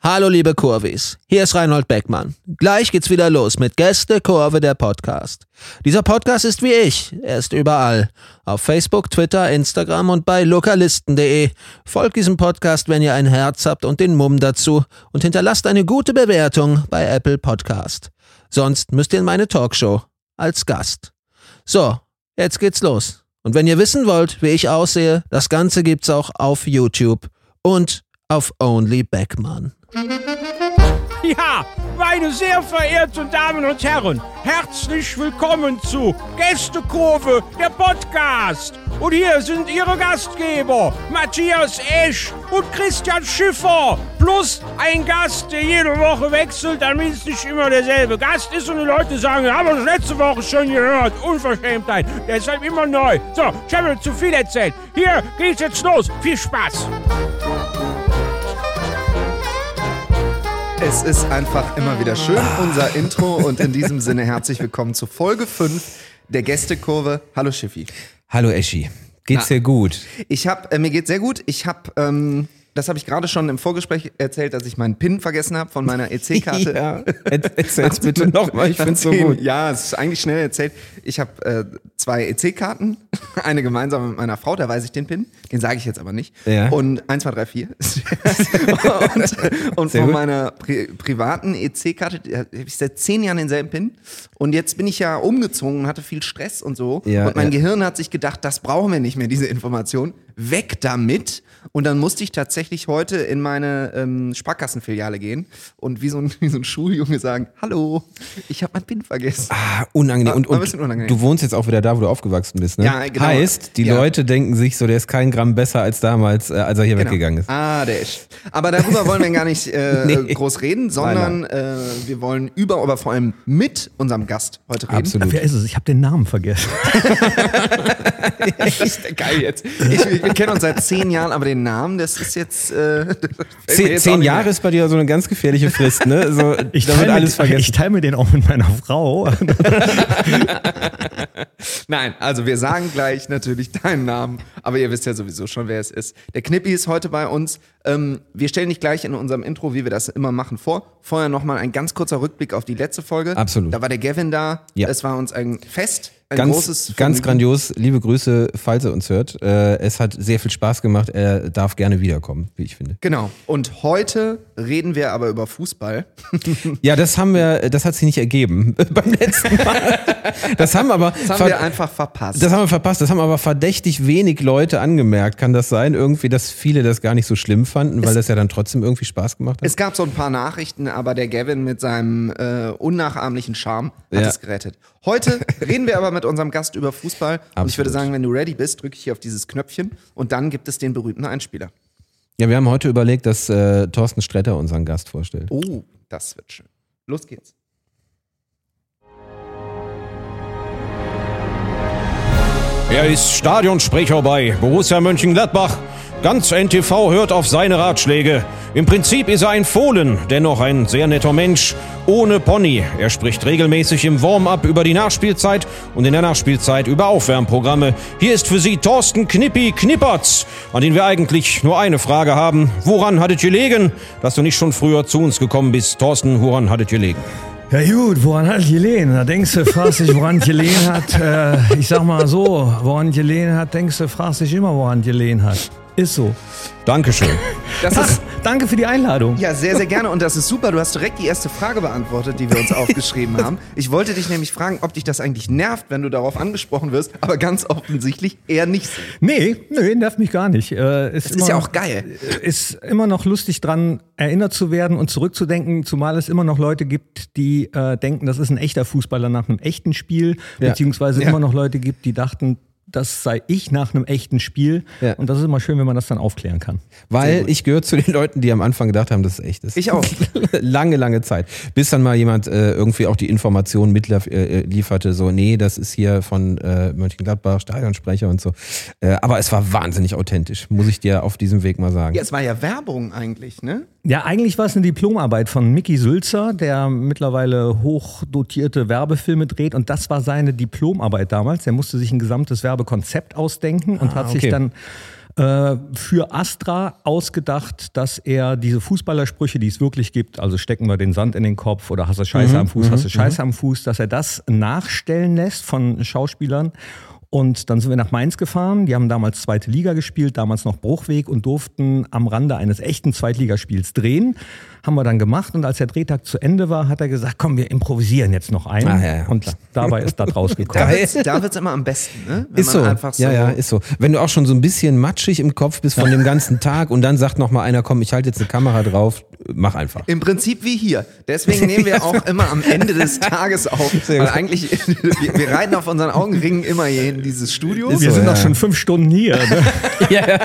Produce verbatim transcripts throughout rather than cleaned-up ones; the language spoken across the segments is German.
Hallo liebe Kurvis, hier ist Reinhold Beckmann. Gleich geht's wieder los mit Gäste-Kurve, der Podcast. Dieser Podcast ist wie ich, er ist überall. Auf Facebook, Twitter, Instagram und bei lokalisten punkt de. Folgt diesem Podcast, wenn ihr ein Herz habt und den Mumm dazu und hinterlasst eine gute Bewertung bei Apple Podcast. Sonst müsst ihr in meine Talkshow als Gast. So, jetzt geht's los. Und wenn ihr wissen wollt, wie ich aussehe, das Ganze gibt's auch auf YouTube und auf Only Beckmann. Ja, meine sehr verehrten Damen und Herren, herzlich willkommen zu Gästekurve, der Podcast. Und hier sind Ihre Gastgeber, Matthias Esch und Christian Schiffer. Plus ein Gast, der jede Woche wechselt, damit es nicht immer derselbe Gast ist. Und die Leute sagen, haben wir das letzte Woche schon gehört. Unverschämtheit, deshalb immer neu. So, ich habe zu viel erzählt. Hier geht's jetzt los. Viel Spaß. Es ist einfach immer wieder schön, unser Intro. Und in diesem Sinne herzlich willkommen zu Folge fünf der Gästekurve. Hallo Schiffi. Hallo Eschi. Geht's dir gut? Ich hab, äh, mir geht's sehr gut. Ich habe, ähm, das habe ich gerade schon im Vorgespräch erzählt, dass ich meinen PIN vergessen habe von meiner E C-Karte. Ja, erzähl's bitte nochmal, ich find's so gut. Ja, es ist eigentlich schnell erzählt. Ich habe äh, zwei E C-Karten, eine gemeinsam mit meiner Frau, da weiß ich den PIN, den sage ich jetzt aber nicht. Ja. Und eins, zwei, drei, vier. und und von meiner pri- privaten E C-Karte habe ich seit zehn Jahren denselben PIN. Und jetzt bin ich ja umgezogen und hatte viel Stress und so. Ja, und mein ja. Gehirn hat sich gedacht, das brauchen wir nicht mehr, diese Information. Weg damit. Und dann musste ich tatsächlich heute in meine ähm, Sparkassenfiliale gehen und wie so ein, wie so ein Schuljunge sagen, hallo, ich habe mein PIN vergessen. Ah, unangenehm. Und, War ein und bisschen unangenehm. du wohnst jetzt auch wieder da, wo du aufgewachsen bist, ne? Ja, genau. Heißt, die Ja. Leute denken sich so, der ist kein Gramm besser als damals, äh, als er hier Genau. weggegangen ist. Ah, der ist. Aber darüber wollen wir gar nicht äh, Nee. groß reden, sondern äh, wir wollen über, aber vor allem mit unserem Gast heute reden. Absolut. Wer ist es? Ich habe den Namen vergessen. Echt geil jetzt. Ich, wir kennen uns seit zehn Jahren, aber den Namen, das ist jetzt. Äh, das fällt mir Zehn, jetzt auch zehn nicht Jahre mehr. ist bei dir so eine ganz gefährliche Frist, ne? So, Ich da wird teile alles mir, ich vergessen. teile mir den auch mit meiner Frau. Nein, also wir sagen gleich natürlich deinen Namen, aber ihr wisst ja sowieso schon, wer es ist. Der Knippi ist heute bei uns. Ähm, wir stellen dich gleich in unserem Intro, wie wir das immer machen, vor. Vorher nochmal ein ganz kurzer Rückblick auf die letzte Folge. Absolut. Da war der Gavin da. Ja. Es war uns ein Fest, ein Ganz, großes ganz Vergnügen. grandios. Liebe Grüße, falls er uns hört. Äh, es hat sehr viel Spaß gemacht. Er darf gerne wiederkommen, wie ich finde. Genau. Und heute reden wir aber über Fußball. Ja, das haben wir, das hat sich nicht ergeben beim letzten Mal. Das haben aber, Das haben ver- wir einfach verpasst. das haben wir verpasst. Das haben aber verdächtig wenig Leute angemerkt. Kann das sein? Irgendwie, dass viele das gar nicht so schlimm fanden, weil Es- das ja dann trotzdem irgendwie Spaß gemacht hat? Es gab so ein paar Nachrichten, aber der Gavin mit seinem äh, unnachahmlichen Charme hat Ja. es gerettet. Heute reden wir aber mit unserem Gast über Fußball. Und ich Absolut. würde sagen, wenn du ready bist, drücke ich hier auf dieses Knöpfchen und dann gibt es den berühmten Einspieler. Ja, wir haben heute überlegt, dass äh, Thorsten Sträter unseren Gast vorstellt. Oh, das wird schön. Los geht's. Er ist Stadionsprecher bei Borussia Mönchengladbach. Ganz N T V hört auf seine Ratschläge. Im Prinzip ist er ein Fohlen, dennoch ein sehr netter Mensch. Ohne Pony. Er spricht regelmäßig im Warm-up über die Nachspielzeit und in der Nachspielzeit über Aufwärmprogramme. Hier ist für Sie Thorsten Knippi Knippertz, an den wir eigentlich nur eine Frage haben. Woran hat es gelegen, dass du nicht schon früher zu uns gekommen bist? Thorsten, woran hat es gelegen? Ja gut, woran hat gelegen? Da denkst du, fragst dich, woran gelegen hat. Äh, ich sag mal so, woran gelegen hat, denkst du, fragst dich immer, woran gelegen hat. Ist so. Dankeschön. Das ist, Danke für die Einladung. ja, sehr, sehr gerne und das ist super. Du hast direkt die erste Frage beantwortet, die wir uns aufgeschrieben haben. Ich wollte dich nämlich fragen, ob dich das eigentlich nervt, wenn du darauf angesprochen wirst, aber ganz offensichtlich eher nicht so. Nee, nee, nervt mich gar nicht. Äh, ist Das ist ja auch geil. Ist immer noch lustig dran, erinnert zu werden und zurückzudenken, zumal es immer noch Leute gibt, die äh, denken, das ist ein echter Fußballer nach einem echten Spiel, Ja. beziehungsweise Ja. immer noch Leute gibt, die dachten, das sei ich nach einem echten Spiel. Ja. Und das ist immer schön, wenn man das dann aufklären kann. Weil ich gehöre zu den Leuten, die am Anfang gedacht haben, dass es echt ist. Ich auch. lange, lange Zeit. Bis dann mal jemand äh, irgendwie auch die Information mitlieferte, so, nee, das ist hier von äh, Mönchengladbach, Stadionsprecher und so. Äh, aber es war wahnsinnig authentisch, muss ich dir auf diesem Weg mal sagen. Ja, es war ja Werbung eigentlich, ne? Ja, eigentlich war es eine Diplomarbeit von Micky Sülzer, der mittlerweile hochdotierte Werbefilme dreht. Und das war seine Diplomarbeit damals. Er musste sich ein gesamtes Werbekonzept ausdenken und Ah, hat okay. sich dann äh, für Astra ausgedacht, dass er diese Fußballersprüche, die es wirklich gibt, also stecken wir den Sand in den Kopf oder hast du Scheiße Mhm, am Fuß, mhm, hast du Scheiße am Fuß, dass er das nachstellen lässt von Schauspielern. Und dann sind wir nach Mainz gefahren. Die haben damals zweite Liga gespielt, damals noch Bruchweg und durften am Rande eines echten Zweitligaspiels drehen. Haben wir dann gemacht und als der Drehtag zu Ende war, hat er gesagt, komm, wir improvisieren jetzt noch einen. Ah, ja, ja, und klar. dabei ist das rausgekommen. Da wird's, da wird's immer am besten, ne? Wenn Ist so. man einfach so. Ja, ja, ist so. Wenn du auch schon so ein bisschen matschig im Kopf bist von dem ganzen Tag und dann sagt noch mal einer, komm, ich halte jetzt eine Kamera drauf, mach einfach. Im Prinzip wie hier. Deswegen nehmen wir auch immer am Ende des Tages auf. Weil eigentlich, wir, wir reiten auf unseren Augenringen immer hier in dieses Studio. Wir so, sind ja. doch schon fünf Stunden hier. Ne? Ja, ja.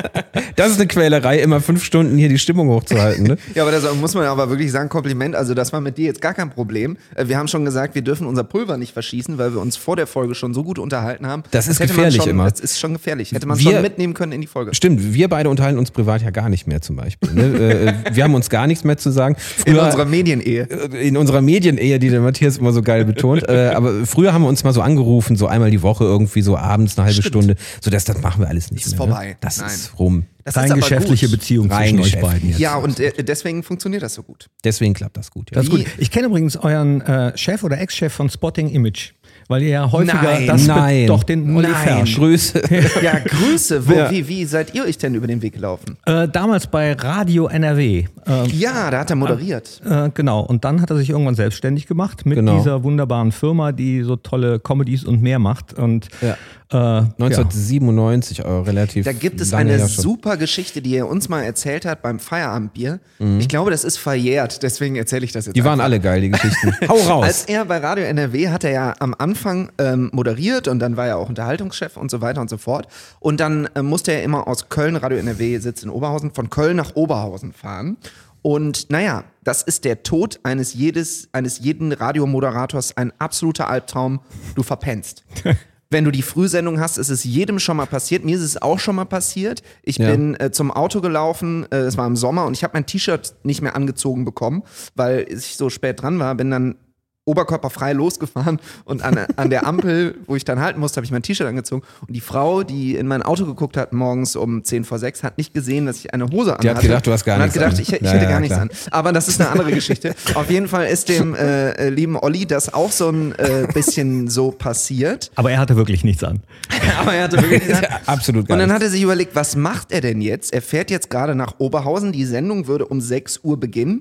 Das ist eine Quälerei, immer fünf Stunden hier die Stimmung hochzuhalten. Ne? Ja, aber das muss man aber wirklich sagen, Kompliment. Also das war mit dir jetzt gar kein Problem. Äh, Wir haben schon gesagt, wir dürfen unser Pulver nicht verschießen, weil wir uns vor der Folge schon so gut unterhalten haben. Das ist hätte gefährlich man schon, immer. Das ist schon gefährlich. Hätte man Wir- schon mitnehmen können in die Folge. Stimmt, wir beide unterhalten uns privat ja gar nicht mehr zum Beispiel. Ne? Äh, wir haben uns gar nichts mehr zu sagen. In Früher- unserer Medienehe. in unserer Medienehe, die der Matthias immer so geil betont. äh, aber früher haben wir uns mal so angerufen, so einmal die Woche irgendwie, so abends eine halbe Stimmt. Stunde. So das, das machen wir alles nicht Das ist mehr. vorbei. Ne? Das Nein. ist rum. Das Rein ist aber geschäftliche gut. Beziehung Rein zwischen euch geschäftlich. beiden jetzt. Ja, und äh, deswegen funktioniert das so gut. Deswegen klappt das gut. Ja. Das ist Wie- gut. Ich kenne übrigens euren äh, Chef oder Ex-Chef von Spotting Image, weil ihr ja häufiger Nein, das nein, doch den Olli nein. Fersch. Grüße. Ja, Grüße. Wo, Ja. wie, wie seid ihr euch denn über den Weg gelaufen? Äh, damals bei Radio N R W. Äh, Ja, da hat er moderiert. Äh, genau, und dann hat er sich irgendwann selbstständig gemacht mit Genau. dieser wunderbaren Firma, die so tolle Comedies und mehr macht. Und Ja. äh, neunzehnhundertsiebenundneunzig, äh, relativ Da gibt es lange eine her schon. super Geschichte, die er uns mal erzählt hat beim Feierabendbier. Mhm. Ich glaube, das ist verjährt, deswegen erzähle ich das jetzt Die waren einfach. alle geil, die Geschichten. Hau raus. Als er bei Radio N R W hat er ja am Anfang ähm, moderiert und dann war er auch Unterhaltungschef und so weiter und so fort. Und dann äh, musste er immer aus Köln, Radio N R W sitzt in Oberhausen, von Köln nach Oberhausen fahren. Und naja, das ist der Tod eines, jedes, eines jeden Radiomoderators, ein absoluter Albtraum. Du verpennst. Wenn du die Frühsendung hast, ist es jedem schon mal passiert. Mir ist es auch schon mal passiert. Ich Ja. bin äh, zum Auto gelaufen, äh, es war im Sommer und ich habe mein T-Shirt nicht mehr angezogen bekommen, weil ich so spät dran war. Bin dann oberkörperfrei losgefahren und an, an der Ampel, wo ich dann halten musste, habe ich mein T-Shirt angezogen. Und die Frau, die in mein Auto geguckt hat, morgens um zehn vor sechs, hat nicht gesehen, dass ich eine Hose anhatte. Die hat gedacht, du hast gar und nichts hat gedacht, an. ich, ich Ja, hätte ja, gar nichts klar. an. Aber das ist eine andere Geschichte. Auf jeden Fall ist dem äh, äh, lieben Olli das auch so ein äh, bisschen so passiert. aber er hatte wirklich nichts an. Aber er hatte wirklich gesagt, Absolut und geil. dann hat er sich überlegt, was macht er denn jetzt? Er fährt jetzt gerade nach Oberhausen. Die Sendung würde um sechs Uhr beginnen.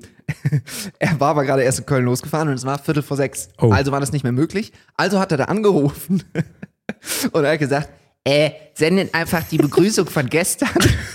Er war aber gerade erst in Köln losgefahren und es war Viertel vor sechs. Oh. Also war das nicht mehr möglich. Also hat er da angerufen und er hat gesagt, äh, sendet einfach die Begrüßung von gestern.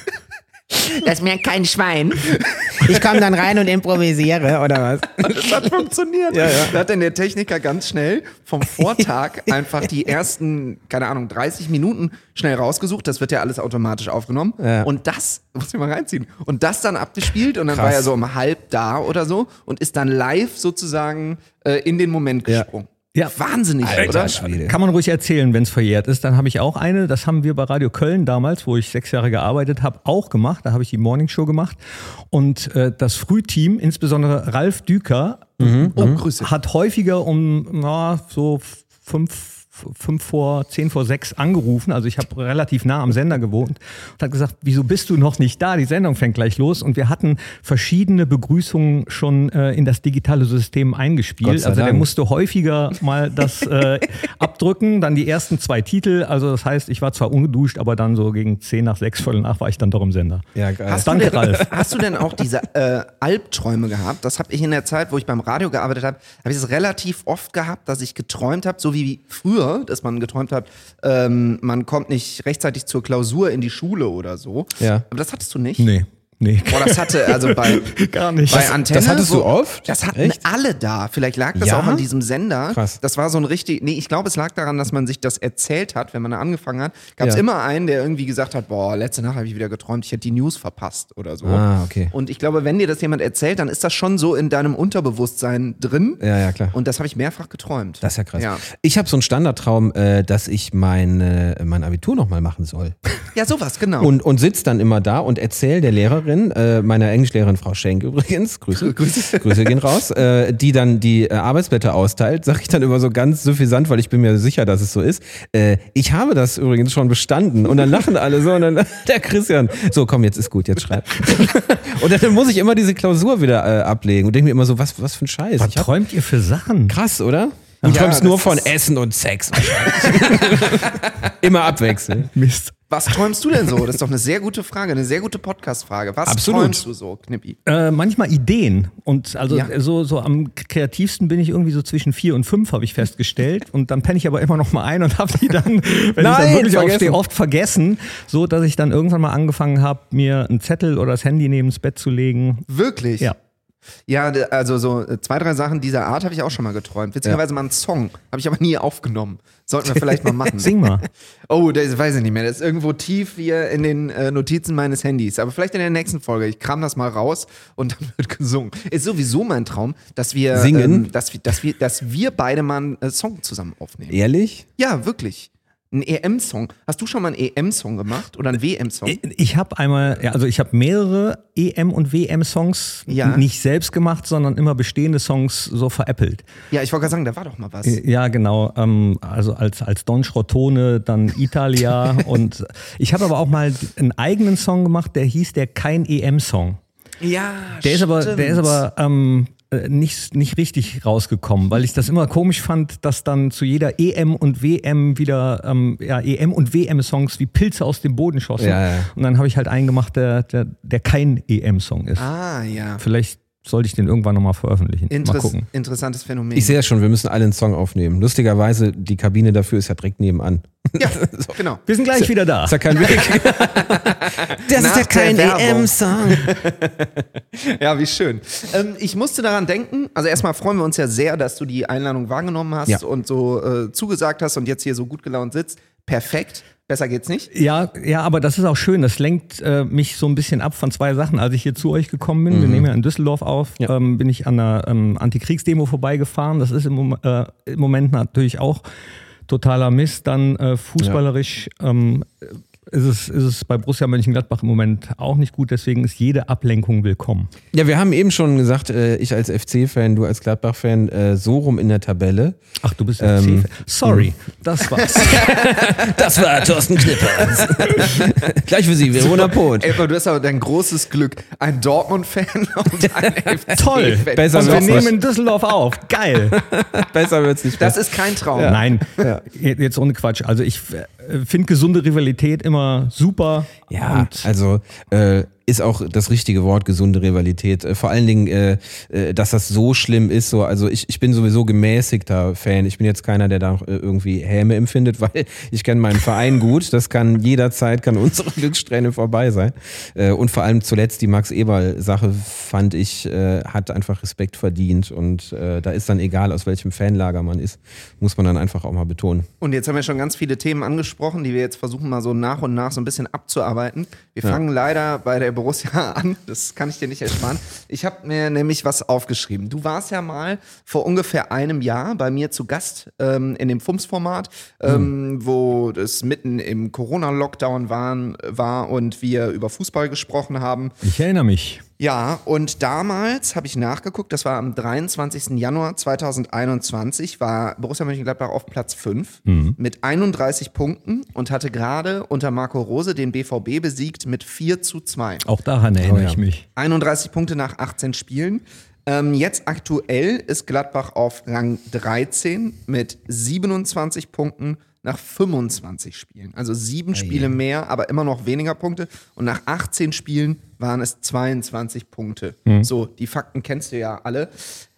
Das merkt kein Schwein. Ich komme dann rein und improvisiere, oder was? Und es hat funktioniert. Ja, ja. Da hat dann der Techniker ganz schnell vom Vortag einfach die ersten, keine Ahnung, dreißig Minuten schnell rausgesucht. Das wird ja alles automatisch aufgenommen. Ja. Und das, muss ich mal reinziehen, und das dann abgespielt. Und dann Krass. war er so um halb da oder so und ist dann live sozusagen äh, in den Moment Ja. gesprungen. Ja. Wahnsinnig, Alter oder? Schwede. Kann man ruhig erzählen, wenn es verjährt ist. Dann habe ich auch eine, das haben wir bei Radio Köln damals, wo ich sechs Jahre gearbeitet habe, auch gemacht. Da habe ich die Morningshow gemacht. Und äh, das Frühteam, insbesondere Ralf Düker, Oh, Grüße. hat häufiger um na, so fünf, fünf vor, zehn vor sechs angerufen. Also ich habe relativ nah am Sender gewohnt und hat gesagt, wieso bist du noch nicht da? Die Sendung fängt gleich los. Und wir hatten verschiedene Begrüßungen schon äh, in das digitale System Gott eingespielt. sei Also der Dank. musste häufiger mal das äh, abdrücken, dann die ersten zwei Titel. Also das heißt, ich war zwar ungeduscht, aber dann so gegen zehn nach sechs, viertel nach war ich dann doch im Sender. Ja, geil. Hast Danke, du denn, Ralf. Hast du denn auch diese äh, Albträume gehabt? Das habe ich in der Zeit, wo ich beim Radio gearbeitet habe, habe ich es relativ oft gehabt, dass ich geträumt habe, so wie früher, dass man geträumt hat, ähm, man kommt nicht rechtzeitig zur Klausur in die Schule oder so. Ja. Aber das hattest du nicht? Nee, nee. Boah, das hatte also bei, Gar nicht. bei Das- Antenne. das hattest wo, du oft? Das hatten Echt? alle da. Vielleicht lag das Ja? auch an diesem Sender. Krass. Das war so ein richtig, nee, ich glaube, es lag daran, dass man sich das erzählt hat, wenn man da angefangen hat. Gab es Ja. immer einen, der irgendwie gesagt hat, boah, letzte Nacht habe ich wieder geträumt, ich hätte die News verpasst oder so. Ah, okay. Und ich glaube, wenn dir das jemand erzählt, dann ist das schon so in deinem Unterbewusstsein drin. Ja, ja, klar. Und das habe ich mehrfach geträumt. Das ist ja krass. Ja, Ich habe so einen Standardtraum, äh, dass ich mein, äh, mein Abitur nochmal machen soll. ja sowas, genau. Und, und sitze dann immer da und erzähle der Lehrerin, Lehrerin, äh, meiner Englischlehrerin Frau Schenk übrigens, Grüße, Grüße, Grüße gehen raus, äh, die dann die äh, Arbeitsblätter austeilt, sage ich dann immer so ganz suffisant, weil ich bin mir sicher, dass es so ist. Äh, ich habe das übrigens schon bestanden. Und dann lachen alle so und dann der Christian, so komm, jetzt ist gut, jetzt schreib. Und dann muss ich immer diese Klausur wieder äh, ablegen und denke mir immer so, was, was für ein Scheiß. Was Ich hab, träumt ihr für Sachen? krass, oder? Du Ja, träumst nur das von ist- Essen und Sex. Immer abwechseln. Mist. Was träumst du denn so? Das ist doch eine sehr gute Frage, eine sehr gute Podcast-Frage. Was Absolut. träumst du so, Knippi? Äh, manchmal Ideen. Und also Ja. so, so am kreativsten bin ich irgendwie so zwischen vier und fünf, habe ich festgestellt. Und dann penne ich aber immer noch mal ein und habe die dann, wenn ich dann Nein, wirklich vergessen. aufstehe, oft vergessen. So, dass ich dann irgendwann mal angefangen habe, mir einen Zettel oder das Handy neben das Bett zu legen. Wirklich? Ja. Ja, d- also so äh, zwei, drei Sachen dieser Art habe ich auch schon mal geträumt. Witzigerweise mal einen Song, habe ich aber nie aufgenommen. Sollten wir vielleicht mal machen. Sing mal. Oh, das weiß ich nicht mehr. Das ist irgendwo tief hier in den äh, Notizen meines Handys. Aber vielleicht in der nächsten Folge. Ich kram das mal raus und dann wird gesungen. Ist sowieso mein Traum, dass wir, Singen? ähm, dass wir, dass wir, dass wir beide mal einen äh, Song zusammen aufnehmen. Ehrlich? Ja, wirklich. Ein E M-Song. Hast du schon mal einen E M-Song gemacht oder einen W M-Song? Ich habe einmal, ja, also ich habe mehrere E M- und W M-Songs Ja. nicht selbst gemacht, sondern immer bestehende Songs so veräppelt. Ja, ich wollte gerade sagen, da war doch mal was. Ja, genau. Ähm, also als, als Don Schrottone, dann Italia. Und ich habe aber auch mal einen eigenen Song gemacht, der hieß der Kein E M-Song. Ja, Der ist aber, stimmt. der ist aber ähm, äh, nicht, nicht richtig rausgekommen, weil ich das immer komisch fand, dass dann zu jeder E M und W M wieder ähm, ja, E M und W M-Songs wie Pilze aus dem Boden schossen. Ja, ja. Und dann habe ich halt einen gemacht, der, der, der kein E M-Song ist. Ah, ja. Vielleicht sollte ich den irgendwann nochmal veröffentlichen. Mal Interess gucken. interessantes Phänomen. Ich sehe ja schon, wir müssen alle einen Song aufnehmen. Lustigerweise, die Kabine dafür ist ja direkt nebenan. Ja, genau. Wir sind gleich wieder da. Ist ja kein Weg. Das Nach ist ja kein der Werbung. E M-Song. Ja, wie schön. Ähm, ich musste daran denken, also erstmal freuen wir uns ja sehr, dass du die Einladung wahrgenommen hast Ja. und so äh, zugesagt hast und jetzt hier so gut gelaunt sitzt. Perfekt. Besser geht's nicht. Ja, ja, aber das ist auch schön. Das lenkt äh, mich so ein bisschen ab von zwei Sachen. Als ich hier zu euch gekommen bin, wir nehmen ja in Düsseldorf auf, Ja. ähm, bin ich an einer ähm, Antikriegsdemo vorbeigefahren. Das ist im, Mom äh, im Moment natürlich auch totaler Mist. Dann äh, fußballerisch ähm, ist, es, ist es bei Borussia Mönchengladbach im Moment auch nicht gut. Deswegen ist jede Ablenkung willkommen. Ja, wir haben eben schon gesagt, äh, ich als F C-Fan, du als Gladbach-Fan, äh, so rum in der Tabelle. Ach, du bist Ähm, F C-Fan. Sorry, das war's. Das war Thorsten Knipper. Gleich für Sie, Verona Poth. Ey, aber du hast aber dein großes Glück. Ein Dortmund-Fan und ein F C-Fan. Toll. Besser Und wir wird's nehmen nicht. in Düsseldorf auf. Geil. Besser wird's nicht. Das ist kein Traum. Nein, jetzt ohne Quatsch. Also ich äh, finde gesunde Rivalität immer super. Ja, Und also äh, ist auch das richtige Wort, gesunde Rivalität. Äh, vor allen Dingen, äh, äh, dass das so schlimm ist. So, also ich, ich bin sowieso gemäßigter Fan. Ich bin jetzt keiner, der da äh, irgendwie Häme empfindet, weil ich kenne meinen Verein gut. Das kann jederzeit, kann unsere Glückssträhne vorbei sein. Äh, und vor allem zuletzt die Max-Eberl-Sache, fand ich, äh, hat einfach Respekt verdient. Und äh, da ist dann egal, aus welchem Fanlager man ist, muss man dann einfach auch mal betonen. Und jetzt haben wir schon ganz viele Themen angesprochen, die wir jetzt versuchen mal so nach und nach so ein bisschen abzuarbeiten. Wir fangen leider bei der Borussia an, das kann ich dir nicht ersparen. Ich habe mir nämlich was aufgeschrieben. Du warst ja mal vor ungefähr einem Jahr bei mir zu Gast ähm, in dem F U M S-Format, ähm, wo es mitten im Corona-Lockdown waren, war und wir über Fußball gesprochen haben. ich erinnere mich. Ja, und damals habe ich nachgeguckt, das war am dreiundzwanzigsten Januar zweitausendeinundzwanzig, war Borussia Mönchengladbach auf Platz fünf mit einunddreißig Punkten und hatte gerade unter Marco Rose den B V B besiegt mit vier zu zwei. Auch daran erinnere Oh ja. ich mich. einunddreißig Punkte nach achtzehn Spielen. Ähm, jetzt aktuell ist Gladbach auf Rang dreizehn mit siebenundzwanzig Punkten nach fünfundzwanzig Spielen. Also sieben Spiele mehr, aber immer noch weniger Punkte. Und nach achtzehn Spielen waren es zweiundzwanzig Punkte. So, die Fakten kennst du ja alle.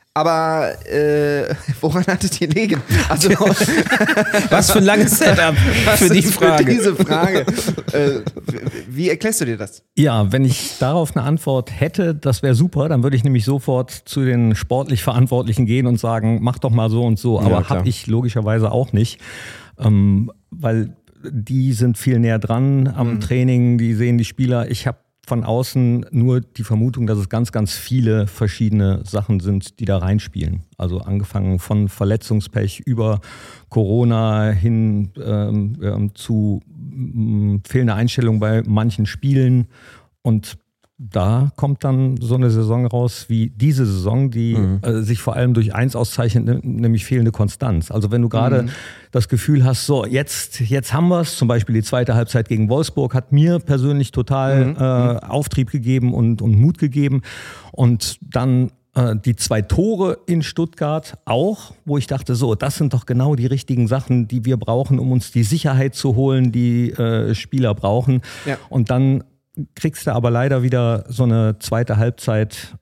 Aber äh, woran hattet ihr liegen? Also, Was für ein langes Setup für die ist Frage. diese Frage. äh, wie erklärst du dir das? Ja, wenn ich darauf eine Antwort hätte, das wäre super. Dann würde ich nämlich sofort zu den sportlich Verantwortlichen gehen und sagen, mach doch mal so und so. Ja, Aber klar. habe ich logischerweise auch nicht. Ähm, weil die sind viel näher dran am Training, die sehen die Spieler. Ich habe von außen nur die Vermutung, dass es ganz, ganz viele verschiedene Sachen sind, die da reinspielen. Also angefangen von Verletzungspech über Corona hin ähm, ähm, zu ähm, fehlender Einstellung bei manchen Spielen. Und da kommt dann so eine Saison raus wie diese Saison, die mhm. äh, sich vor allem durch eins auszeichnet, nämlich fehlende Konstanz. Also wenn du gerade mhm. das Gefühl hast, so jetzt, jetzt haben wir es, zum Beispiel die zweite Halbzeit gegen Wolfsburg hat mir persönlich total mhm. äh, Auftrieb gegeben und, und Mut gegeben. Und dann äh, die zwei Tore in Stuttgart auch, wo ich dachte, so, das sind doch genau die richtigen Sachen, die wir brauchen, um uns die Sicherheit zu holen, die äh, Spieler brauchen. Ja. Und dann kriegst du aber leider wieder so eine zweite Halbzeit,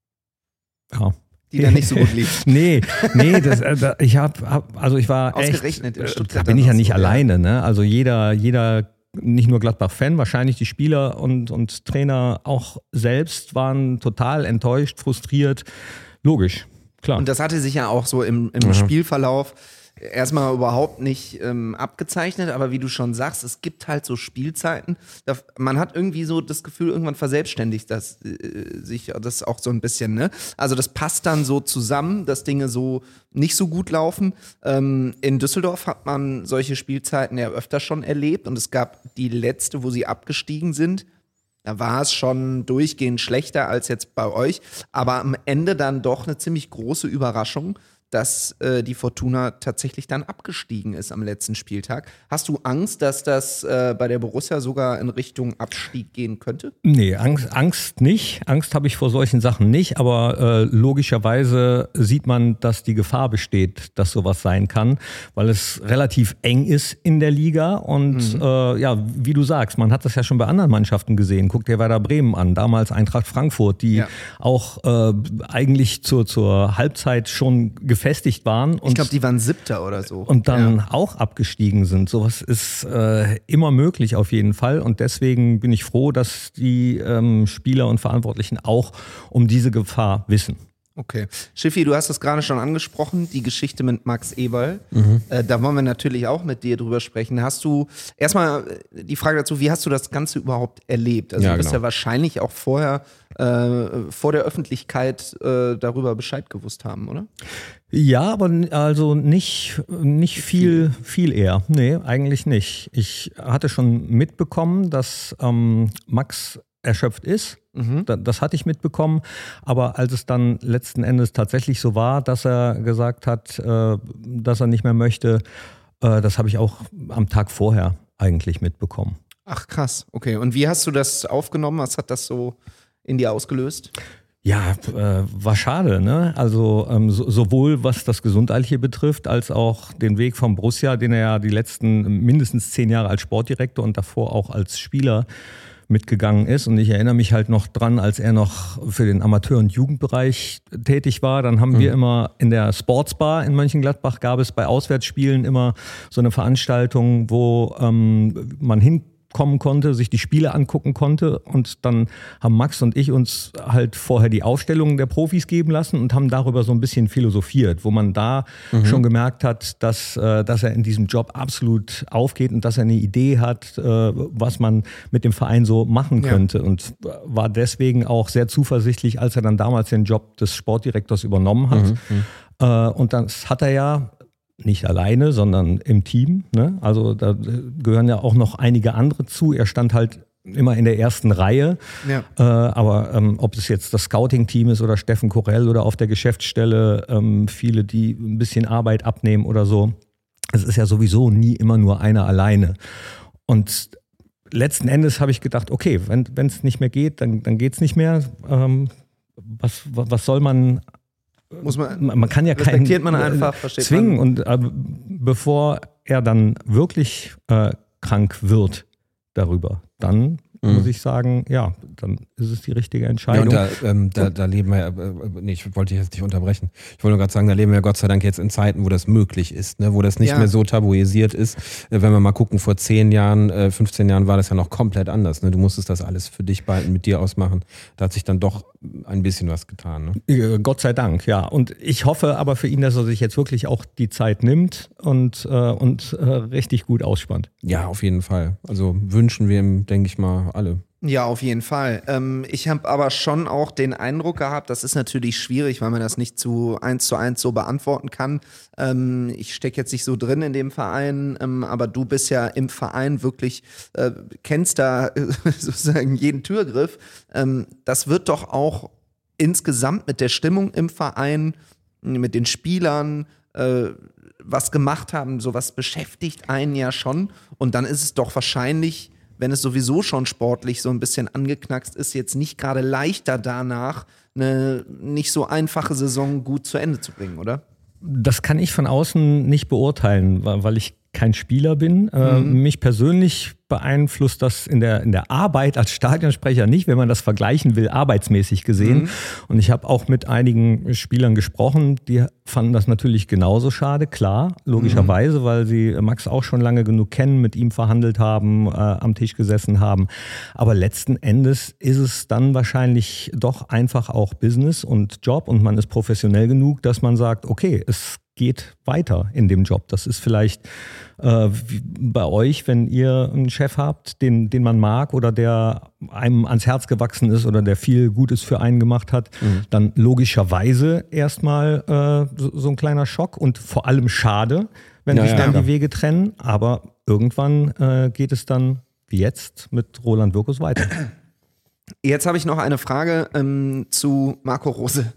ja. Die dann nicht so gut lief. nee, nee, das, äh, ich hab, hab, also ich war ausgerechnet echt, in da bin ich ja nicht so, alleine, ne? Also jeder, jeder, nicht nur Gladbach-Fan, wahrscheinlich die Spieler und, und Trainer auch selbst waren total enttäuscht, frustriert. Logisch, klar. Und das hatte sich ja auch so im, im mhm. Spielverlauf erstmal überhaupt nicht ähm, abgezeichnet, aber wie du schon sagst, es gibt halt so Spielzeiten, da, man hat irgendwie so das Gefühl, irgendwann verselbstständigt das äh, sich das auch so ein bisschen, ne? Also das passt dann so zusammen, dass Dinge so nicht so gut laufen. Ähm, in Düsseldorf hat man solche Spielzeiten ja öfter schon erlebt und es gab die letzte, wo sie abgestiegen sind. Da war es schon durchgehend schlechter als jetzt bei euch, aber am Ende dann doch eine ziemlich große Überraschung, dass äh, die Fortuna tatsächlich dann abgestiegen ist am letzten Spieltag. Hast du Angst, dass das äh, bei der Borussia sogar in Richtung Abstieg gehen könnte? Nee, Angst, Angst nicht. Angst habe ich vor solchen Sachen nicht, aber äh, logischerweise sieht man, dass die Gefahr besteht, dass sowas sein kann, weil es relativ eng ist in der Liga und mhm. äh, ja, wie du sagst, man hat das ja schon bei anderen Mannschaften gesehen. Guck dir Werder Bremen an, damals Eintracht Frankfurt, die ja. auch äh, eigentlich zur, zur Halbzeit schon gefährdet gefestigt waren. Und ich glaube, die waren Siebter oder so. Und dann ja. auch abgestiegen sind. Sowas ist äh, immer möglich auf jeden Fall. Und deswegen bin ich froh, dass die ähm, Spieler und Verantwortlichen auch um diese Gefahr wissen. Okay. Schiffi, du hast es gerade schon angesprochen, die Geschichte mit Max Eberl. Mhm. Äh, da wollen wir natürlich auch mit dir drüber sprechen. Hast du, erstmal die Frage dazu, wie hast du das Ganze überhaupt erlebt? Also ja, du bist genau. ja wahrscheinlich auch vorher, äh, vor der Öffentlichkeit äh, darüber Bescheid gewusst haben, oder? Ja, aber also nicht, nicht viel, viel eher. Nee, eigentlich nicht. Ich hatte schon mitbekommen, dass ähm, Max erschöpft ist. Mhm. Das hatte ich mitbekommen. Aber als es dann letzten Endes tatsächlich so war, dass er gesagt hat, dass er nicht mehr möchte, das habe ich auch am Tag vorher eigentlich mitbekommen. Ach krass, okay. Und wie hast du das aufgenommen? Was hat das so in dir ausgelöst? Ja, äh, war schade, ne? Also ähm, so, sowohl was das Gesundheitliche betrifft, als auch den Weg vom Borussia, den er ja die letzten mindestens zehn Jahre als Sportdirektor und davor auch als Spieler mitgegangen ist. Und ich erinnere mich halt noch dran, als er noch für den Amateur- und Jugendbereich tätig war, dann haben mhm. wir immer in der Sportsbar in Mönchengladbach, gab es bei Auswärtsspielen immer so eine Veranstaltung, wo ähm, man hin kommen konnte, sich die Spiele angucken konnte und dann haben Max und ich uns halt vorher die Aufstellungen der Profis geben lassen und haben darüber so ein bisschen philosophiert, wo man da mhm. schon gemerkt hat, dass, äh, dass er in diesem Job absolut aufgeht und dass er eine Idee hat, äh, was man mit dem Verein so machen könnte ja. und war deswegen auch sehr zuversichtlich, als er dann damals den Job des Sportdirektors übernommen hat. Mhm. Äh, und das hat er ja nicht alleine, sondern im Team. Ne? Also da gehören ja auch noch einige andere zu. Er stand halt immer in der ersten Reihe. Ja. Äh, aber ähm, ob es jetzt das Scouting-Team ist oder Steffen Korell oder auf der Geschäftsstelle ähm, viele, die ein bisschen Arbeit abnehmen oder so. Es ist ja sowieso nie immer nur einer alleine. Und letzten Endes habe ich gedacht, okay, wenn es nicht mehr geht, dann, dann geht es nicht mehr. Ähm, was, was soll man Muss man, man kann ja respektiert keinen man einfach, versteht zwingen. Man. Und äh, bevor er dann wirklich äh, krank wird darüber, dann mhm. muss ich sagen, ja, dann ist es die richtige Entscheidung. Ja, und da, ähm, da, da leben wir ja, äh, nee, ich wollte dich jetzt nicht unterbrechen. Ich wollte nur gerade sagen, da leben wir ja Gott sei Dank jetzt in Zeiten, wo das möglich ist, ne? Wo das nicht ja. mehr so tabuisiert ist. Äh, wenn wir mal gucken, vor zehn Jahren, äh, fünfzehn Jahren war das ja noch komplett anders. Ne? Du musstest das alles für dich behalten, mit dir ausmachen. Da hat sich dann doch ein bisschen was getan. Ne? Gott sei Dank, ja. Und ich hoffe aber für ihn, dass er sich jetzt wirklich auch die Zeit nimmt und, äh, und äh, richtig gut ausspannt. Ja, auf jeden Fall. Also wünschen wir ihm, denke ich mal, alle. Ja, auf jeden Fall. Ähm, ich habe aber schon auch den Eindruck gehabt, das ist natürlich schwierig, weil man das nicht zu eins zu eins so beantworten kann. Ähm, ich stecke jetzt nicht so drin in dem Verein, ähm, aber du bist ja im Verein wirklich, äh, kennst da äh, sozusagen jeden Türgriff. Ähm, das wird doch auch insgesamt mit der Stimmung im Verein, mit den Spielern, äh, was gemacht haben, sowas beschäftigt einen ja schon. Und dann ist es doch wahrscheinlich, wenn es sowieso schon sportlich so ein bisschen angeknackst ist, jetzt nicht gerade leichter danach, eine nicht so einfache Saison gut zu Ende zu bringen, oder? Das kann ich von außen nicht beurteilen, weil ich kein Spieler bin. Mhm. Mich persönlich beeinflusst das in der, in der Arbeit als Stadionsprecher nicht, wenn man das vergleichen will, arbeitsmäßig gesehen. Mhm. Und ich habe auch mit einigen Spielern gesprochen, die fanden das natürlich genauso schade, klar, logischerweise, mhm. weil sie Max auch schon lange genug kennen, mit ihm verhandelt haben, äh, am Tisch gesessen haben. Aber letzten Endes ist es dann wahrscheinlich doch einfach auch Business und Job und man ist professionell genug, dass man sagt, okay, es geht weiter in dem Job. Das ist vielleicht äh, bei euch, wenn ihr einen Chef habt, den, den man mag oder der einem ans Herz gewachsen ist oder der viel Gutes für einen gemacht hat, mhm. dann logischerweise erstmal äh, so, so ein kleiner Schock und vor allem schade, wenn ja, sich dann ja, die Wege trennen. Aber irgendwann äh, geht es dann, wie jetzt, mit Roland Wirkus weiter. Jetzt habe ich noch eine Frage ähm, zu Marco Rose.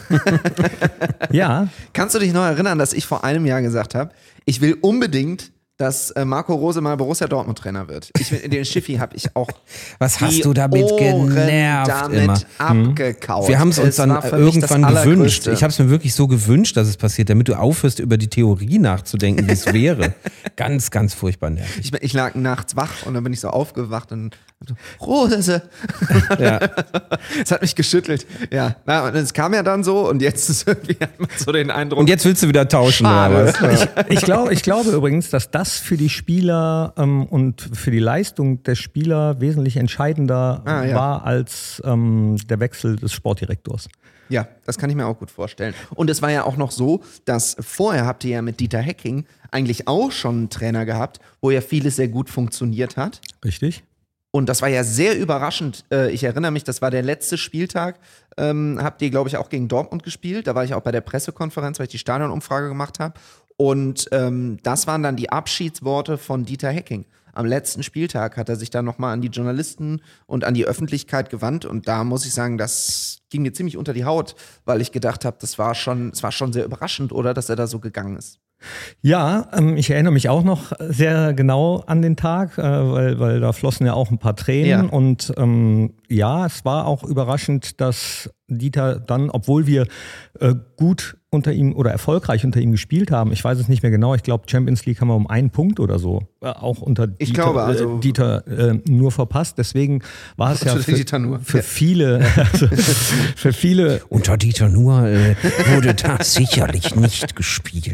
Ja. Kannst du dich noch erinnern, dass ich vor einem Jahr gesagt habe, ich will unbedingt, dass Marco Rose mal Borussia Dortmund Trainer wird. Ich, den Schiffi habe ich auch. Was hast du damit genervt damit immer? abgekaut. Wir haben es uns dann irgendwann gewünscht. Ich habe es mir wirklich so gewünscht, dass es passiert, damit du aufhörst, über die Theorie nachzudenken, wie es wäre. Ganz, ganz furchtbar nervig. Ich, ich lag nachts wach und dann bin ich so aufgewacht und so, Rose. Ja. Es hat mich geschüttelt. Ja, na, und es kam ja dann so und jetzt ist irgendwie so den Eindruck. Und jetzt willst du wieder tauschen. Oder was? Ich, ich, glaub, ich glaube übrigens, dass das für die Spieler ähm, und für die Leistung der Spieler wesentlich entscheidender ah, ja. war als ähm, der Wechsel des Sportdirektors. Ja, das kann ich mir auch gut vorstellen. Und es war ja auch noch so, dass vorher habt ihr ja mit Dieter Hecking eigentlich auch schon einen Trainer gehabt, wo ja vieles sehr gut funktioniert hat. Richtig. Und das war ja sehr überraschend. Ich erinnere mich, das war der letzte Spieltag. Ähm, habt ihr, glaube ich, auch gegen Dortmund gespielt. Da war ich auch bei der Pressekonferenz, weil ich die Stadionumfrage gemacht habe. Und ähm, das waren dann die Abschiedsworte von Dieter Hecking. Am letzten Spieltag hat er sich dann nochmal an die Journalisten und an die Öffentlichkeit gewandt. Und da muss ich sagen, das ging mir ziemlich unter die Haut, weil ich gedacht habe, das war schon, das war schon sehr überraschend, oder, dass er da so gegangen ist. Ja, ähm, ich erinnere mich auch noch sehr genau an den Tag, äh, weil, weil da flossen ja auch ein paar Tränen. Ja. Und ähm, ja, es war auch überraschend, dass Dieter dann, obwohl wir äh, gut unter ihm oder erfolgreich unter ihm gespielt haben, ich weiß es nicht mehr genau, ich glaube Champions League haben wir um einen Punkt oder so äh, auch unter ich Dieter, glaube, also äh, Dieter äh, nur verpasst. Deswegen war es ja für, für ja. viele, also für viele unter Dieter nur äh, wurde das sicherlich nicht gespielt.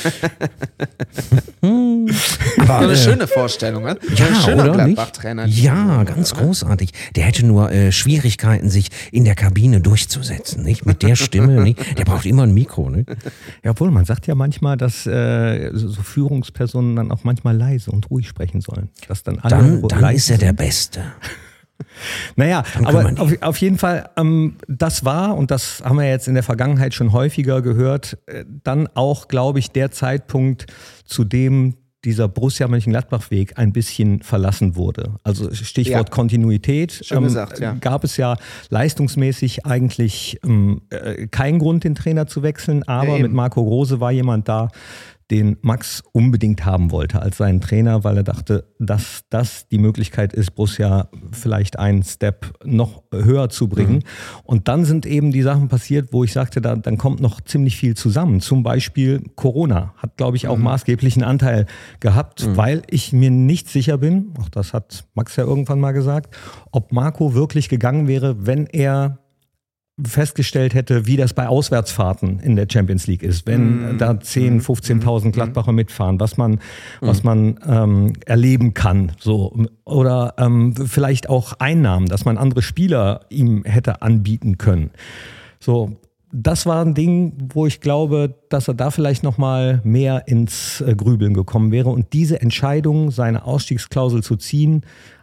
Aber eine äh, schöne Vorstellung, ne? Ja, ein schöner oder Gladbach-Trainer. Ja, ganz oder? großartig. Der hätte nur äh, Schwierigkeiten, sich in der Kabine durchzusetzen, nicht? Mit der Stimme, nicht? Der braucht immer ein Mikro, nicht? Ja, obwohl man sagt ja manchmal, dass äh, so Führungspersonen dann auch manchmal leise und ruhig sprechen sollen. Dass dann alle dann dann leise ist er der Beste. Naja, aber auf, auf jeden Fall, ähm, das war, und das haben wir jetzt in der Vergangenheit schon häufiger gehört, äh, dann auch, glaube ich, der Zeitpunkt, zu dem dieser Borussia Mönchengladbach-Weg ein bisschen verlassen wurde. Also Stichwort ja. Kontinuität. Schön gesagt, ja. Gab es ja leistungsmäßig eigentlich ähm, äh, keinen Grund, den Trainer zu wechseln, aber ja, mit Marco Rose war jemand da, den Max unbedingt haben wollte als seinen Trainer, weil er dachte, dass das die Möglichkeit ist, Borussia vielleicht einen Step noch höher zu bringen. Mhm. Und dann sind eben die Sachen passiert, wo ich sagte, da, dann kommt noch ziemlich viel zusammen. Zum Beispiel Corona hat, glaube ich, auch mhm. maßgeblichen Anteil gehabt, mhm. weil ich mir nicht sicher bin, auch das hat Max ja irgendwann mal gesagt, ob Marco wirklich gegangen wäre, wenn er festgestellt hätte, wie das bei Auswärtsfahrten in der Champions League ist, wenn mm. da zehntausend, fünfzehntausend Gladbacher mitfahren, was man, mm. was man ähm, erleben kann, so, oder ähm, vielleicht auch Einnahmen, dass man andere Spieler ihm hätte anbieten können. So, das war ein Ding, wo ich glaube, dass er da vielleicht noch mal mehr ins äh, Grübeln gekommen wäre und diese Entscheidung, seine Ausstiegsklausel zu ziehen,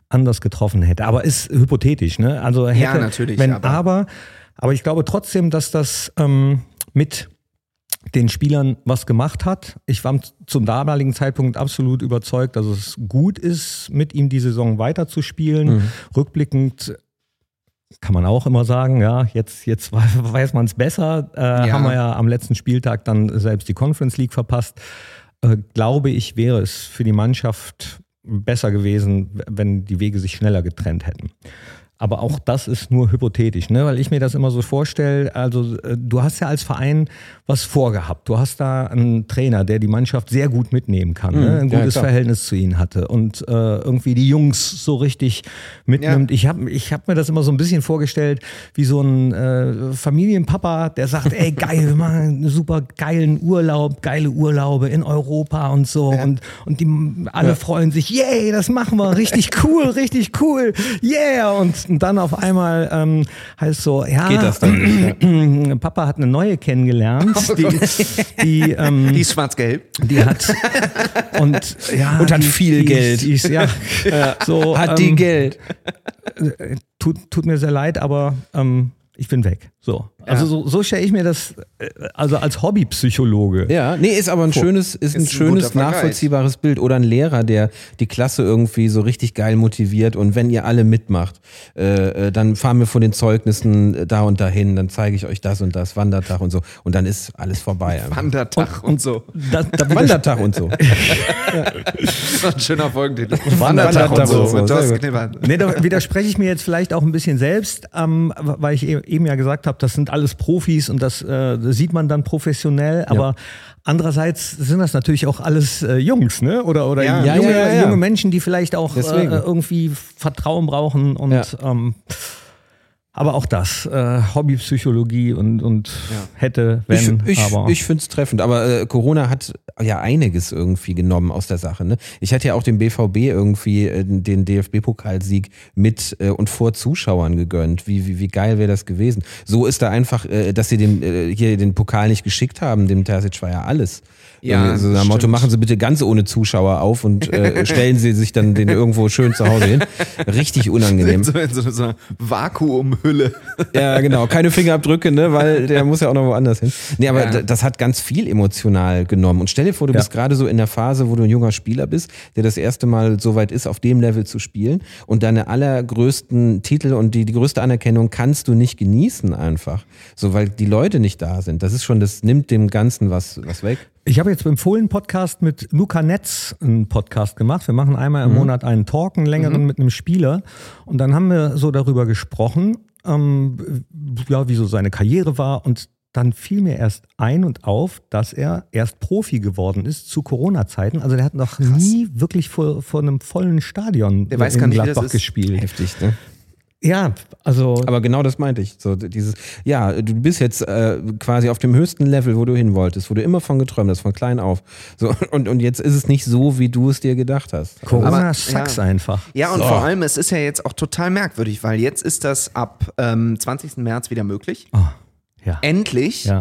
anders getroffen hätte. Aber ist hypothetisch, ne? Also hätte, Ja, natürlich, Wenn, aber- aber, aber ich glaube trotzdem, dass das ähm, mit den Spielern was gemacht hat. Ich war zum damaligen Zeitpunkt absolut überzeugt, dass es gut ist, mit ihm die Saison weiterzuspielen. Mhm. Rückblickend kann man auch immer sagen, ja, jetzt, jetzt weiß man es besser. Äh, Ja. Haben wir ja am letzten Spieltag dann selbst die Conference League verpasst. Äh, glaube ich, wäre es für die Mannschaft besser gewesen, wenn die Wege sich schneller getrennt hätten. Aber auch das ist nur hypothetisch, ne? Weil ich mir das immer so vorstelle, also äh, du hast ja als Verein was vorgehabt. Du hast da einen Trainer, der die Mannschaft sehr gut mitnehmen kann, ne? Ein ja, gutes klar. Verhältnis zu ihnen hatte und äh, irgendwie die Jungs so richtig mitnimmt. Ja. Ich habe ich hab mir das immer so ein bisschen vorgestellt, wie so ein äh, Familienpapa, der sagt, ey geil, wir machen einen super geilen Urlaub, geile Urlaube in Europa und so. Und, und die alle freuen sich, yay, das machen wir, richtig cool, richtig cool, yeah. Und dann auf einmal ähm, heißt so, ja, Geht das dann nicht, Papa hat eine neue kennengelernt, die, die, ähm, Die ist schwarz-gelb. die hat und, ja, Und hat die, viel die, Geld. Die ist, ja, so, Hat die ähm, Geld. tut, tut mir sehr leid, aber ähm, ich bin weg. So. Also Ja. so, so stelle ich mir das äh, also als Hobbypsychologe. Ja, nee, ist aber ein Vor. schönes, ist ein Ist ein schönes, guter Vergleich. nachvollziehbares Bild. Oder ein Lehrer, der die Klasse irgendwie so richtig geil motiviert und wenn ihr alle mitmacht, äh, äh, dann fahren wir von den Zeugnissen da und dahin, dann zeige ich euch das und das, Wandertag und so. Und dann ist alles vorbei. einfach. Wandertag und, so. Da, da Wandertag und so. Das war ein schöner Folgentitel. Wandertag und so. Mit Sehr Thorsten gut. Knippertz. Nee, da widerspreche ich mir jetzt vielleicht auch ein bisschen selbst, ähm, weil ich e- eben ja gesagt habe, das sind alles Profis und das äh, sieht man dann professionell, aber andererseits sind das natürlich auch alles äh, Jungs, ne? Oder, oder Ja. junge, Ja, ja, ja. junge Menschen, die vielleicht auch äh, Deswegen. irgendwie Vertrauen brauchen und Ja. ähm, aber auch das, äh, Hobbypsychologie und, und hätte, wenn, ich ich, aber. ich finde es treffend, aber äh, Corona hat ja einiges irgendwie genommen aus der Sache. Ne? Ich hatte ja auch dem B V B irgendwie äh, den D F B-Pokalsieg mit äh, und vor Zuschauern gegönnt. Wie, wie, wie geil wäre das gewesen? So ist da einfach, äh, dass sie dem, äh, hier den Pokal nicht geschickt haben, dem Terzic war ja alles. Ja, Irgendwie so nach dem Motto, stimmt. machen Sie bitte ganz ohne Zuschauer auf und äh, stellen Sie sich dann den irgendwo schön zu Hause hin. Richtig unangenehm. So in so, so einer Vakuumhülle. Ja, genau. Keine Fingerabdrücke, ne, weil der muss ja auch noch woanders hin. Nee, aber Ja. d- das hat ganz viel emotional genommen. Und stell dir vor, du Ja. bist gerade so in der Phase, wo du ein junger Spieler bist, der das erste Mal so weit ist, auf dem Level zu spielen. Und deine allergrößten Titel und die, die größte Anerkennung kannst du nicht genießen einfach. So, weil die Leute nicht da sind. Das ist schon, das nimmt dem Ganzen was, was weg. Ich habe jetzt beim Fohlen-Podcast mit Luca Netz einen Podcast gemacht. Wir machen einmal im Monat einen Talk, einen längeren mit einem Spieler. Und dann haben wir so darüber gesprochen, ähm, ja, wie so seine Karriere war. Und dann fiel mir erst ein und auf, dass er erst Profi geworden ist zu Corona-Zeiten. Also der hat noch nie wirklich vor, vor einem vollen Stadion Der weiß in gar nicht, wie das Gladbach ist. gespielt. Heftig, ne? Ja, also Aber genau das meinte ich. So dieses, ja, du bist jetzt äh, quasi auf dem höchsten Level, wo du hin wolltest, wo du immer von geträumt hast, von klein auf. So, und, und jetzt ist es nicht so, wie du es dir gedacht hast. Corona Aber- sucks ja. einfach. Ja, und So. vor allem, es ist ja jetzt auch total merkwürdig, weil jetzt ist das ab ähm, zwanzigsten März wieder möglich. Oh, ja. Endlich. ja.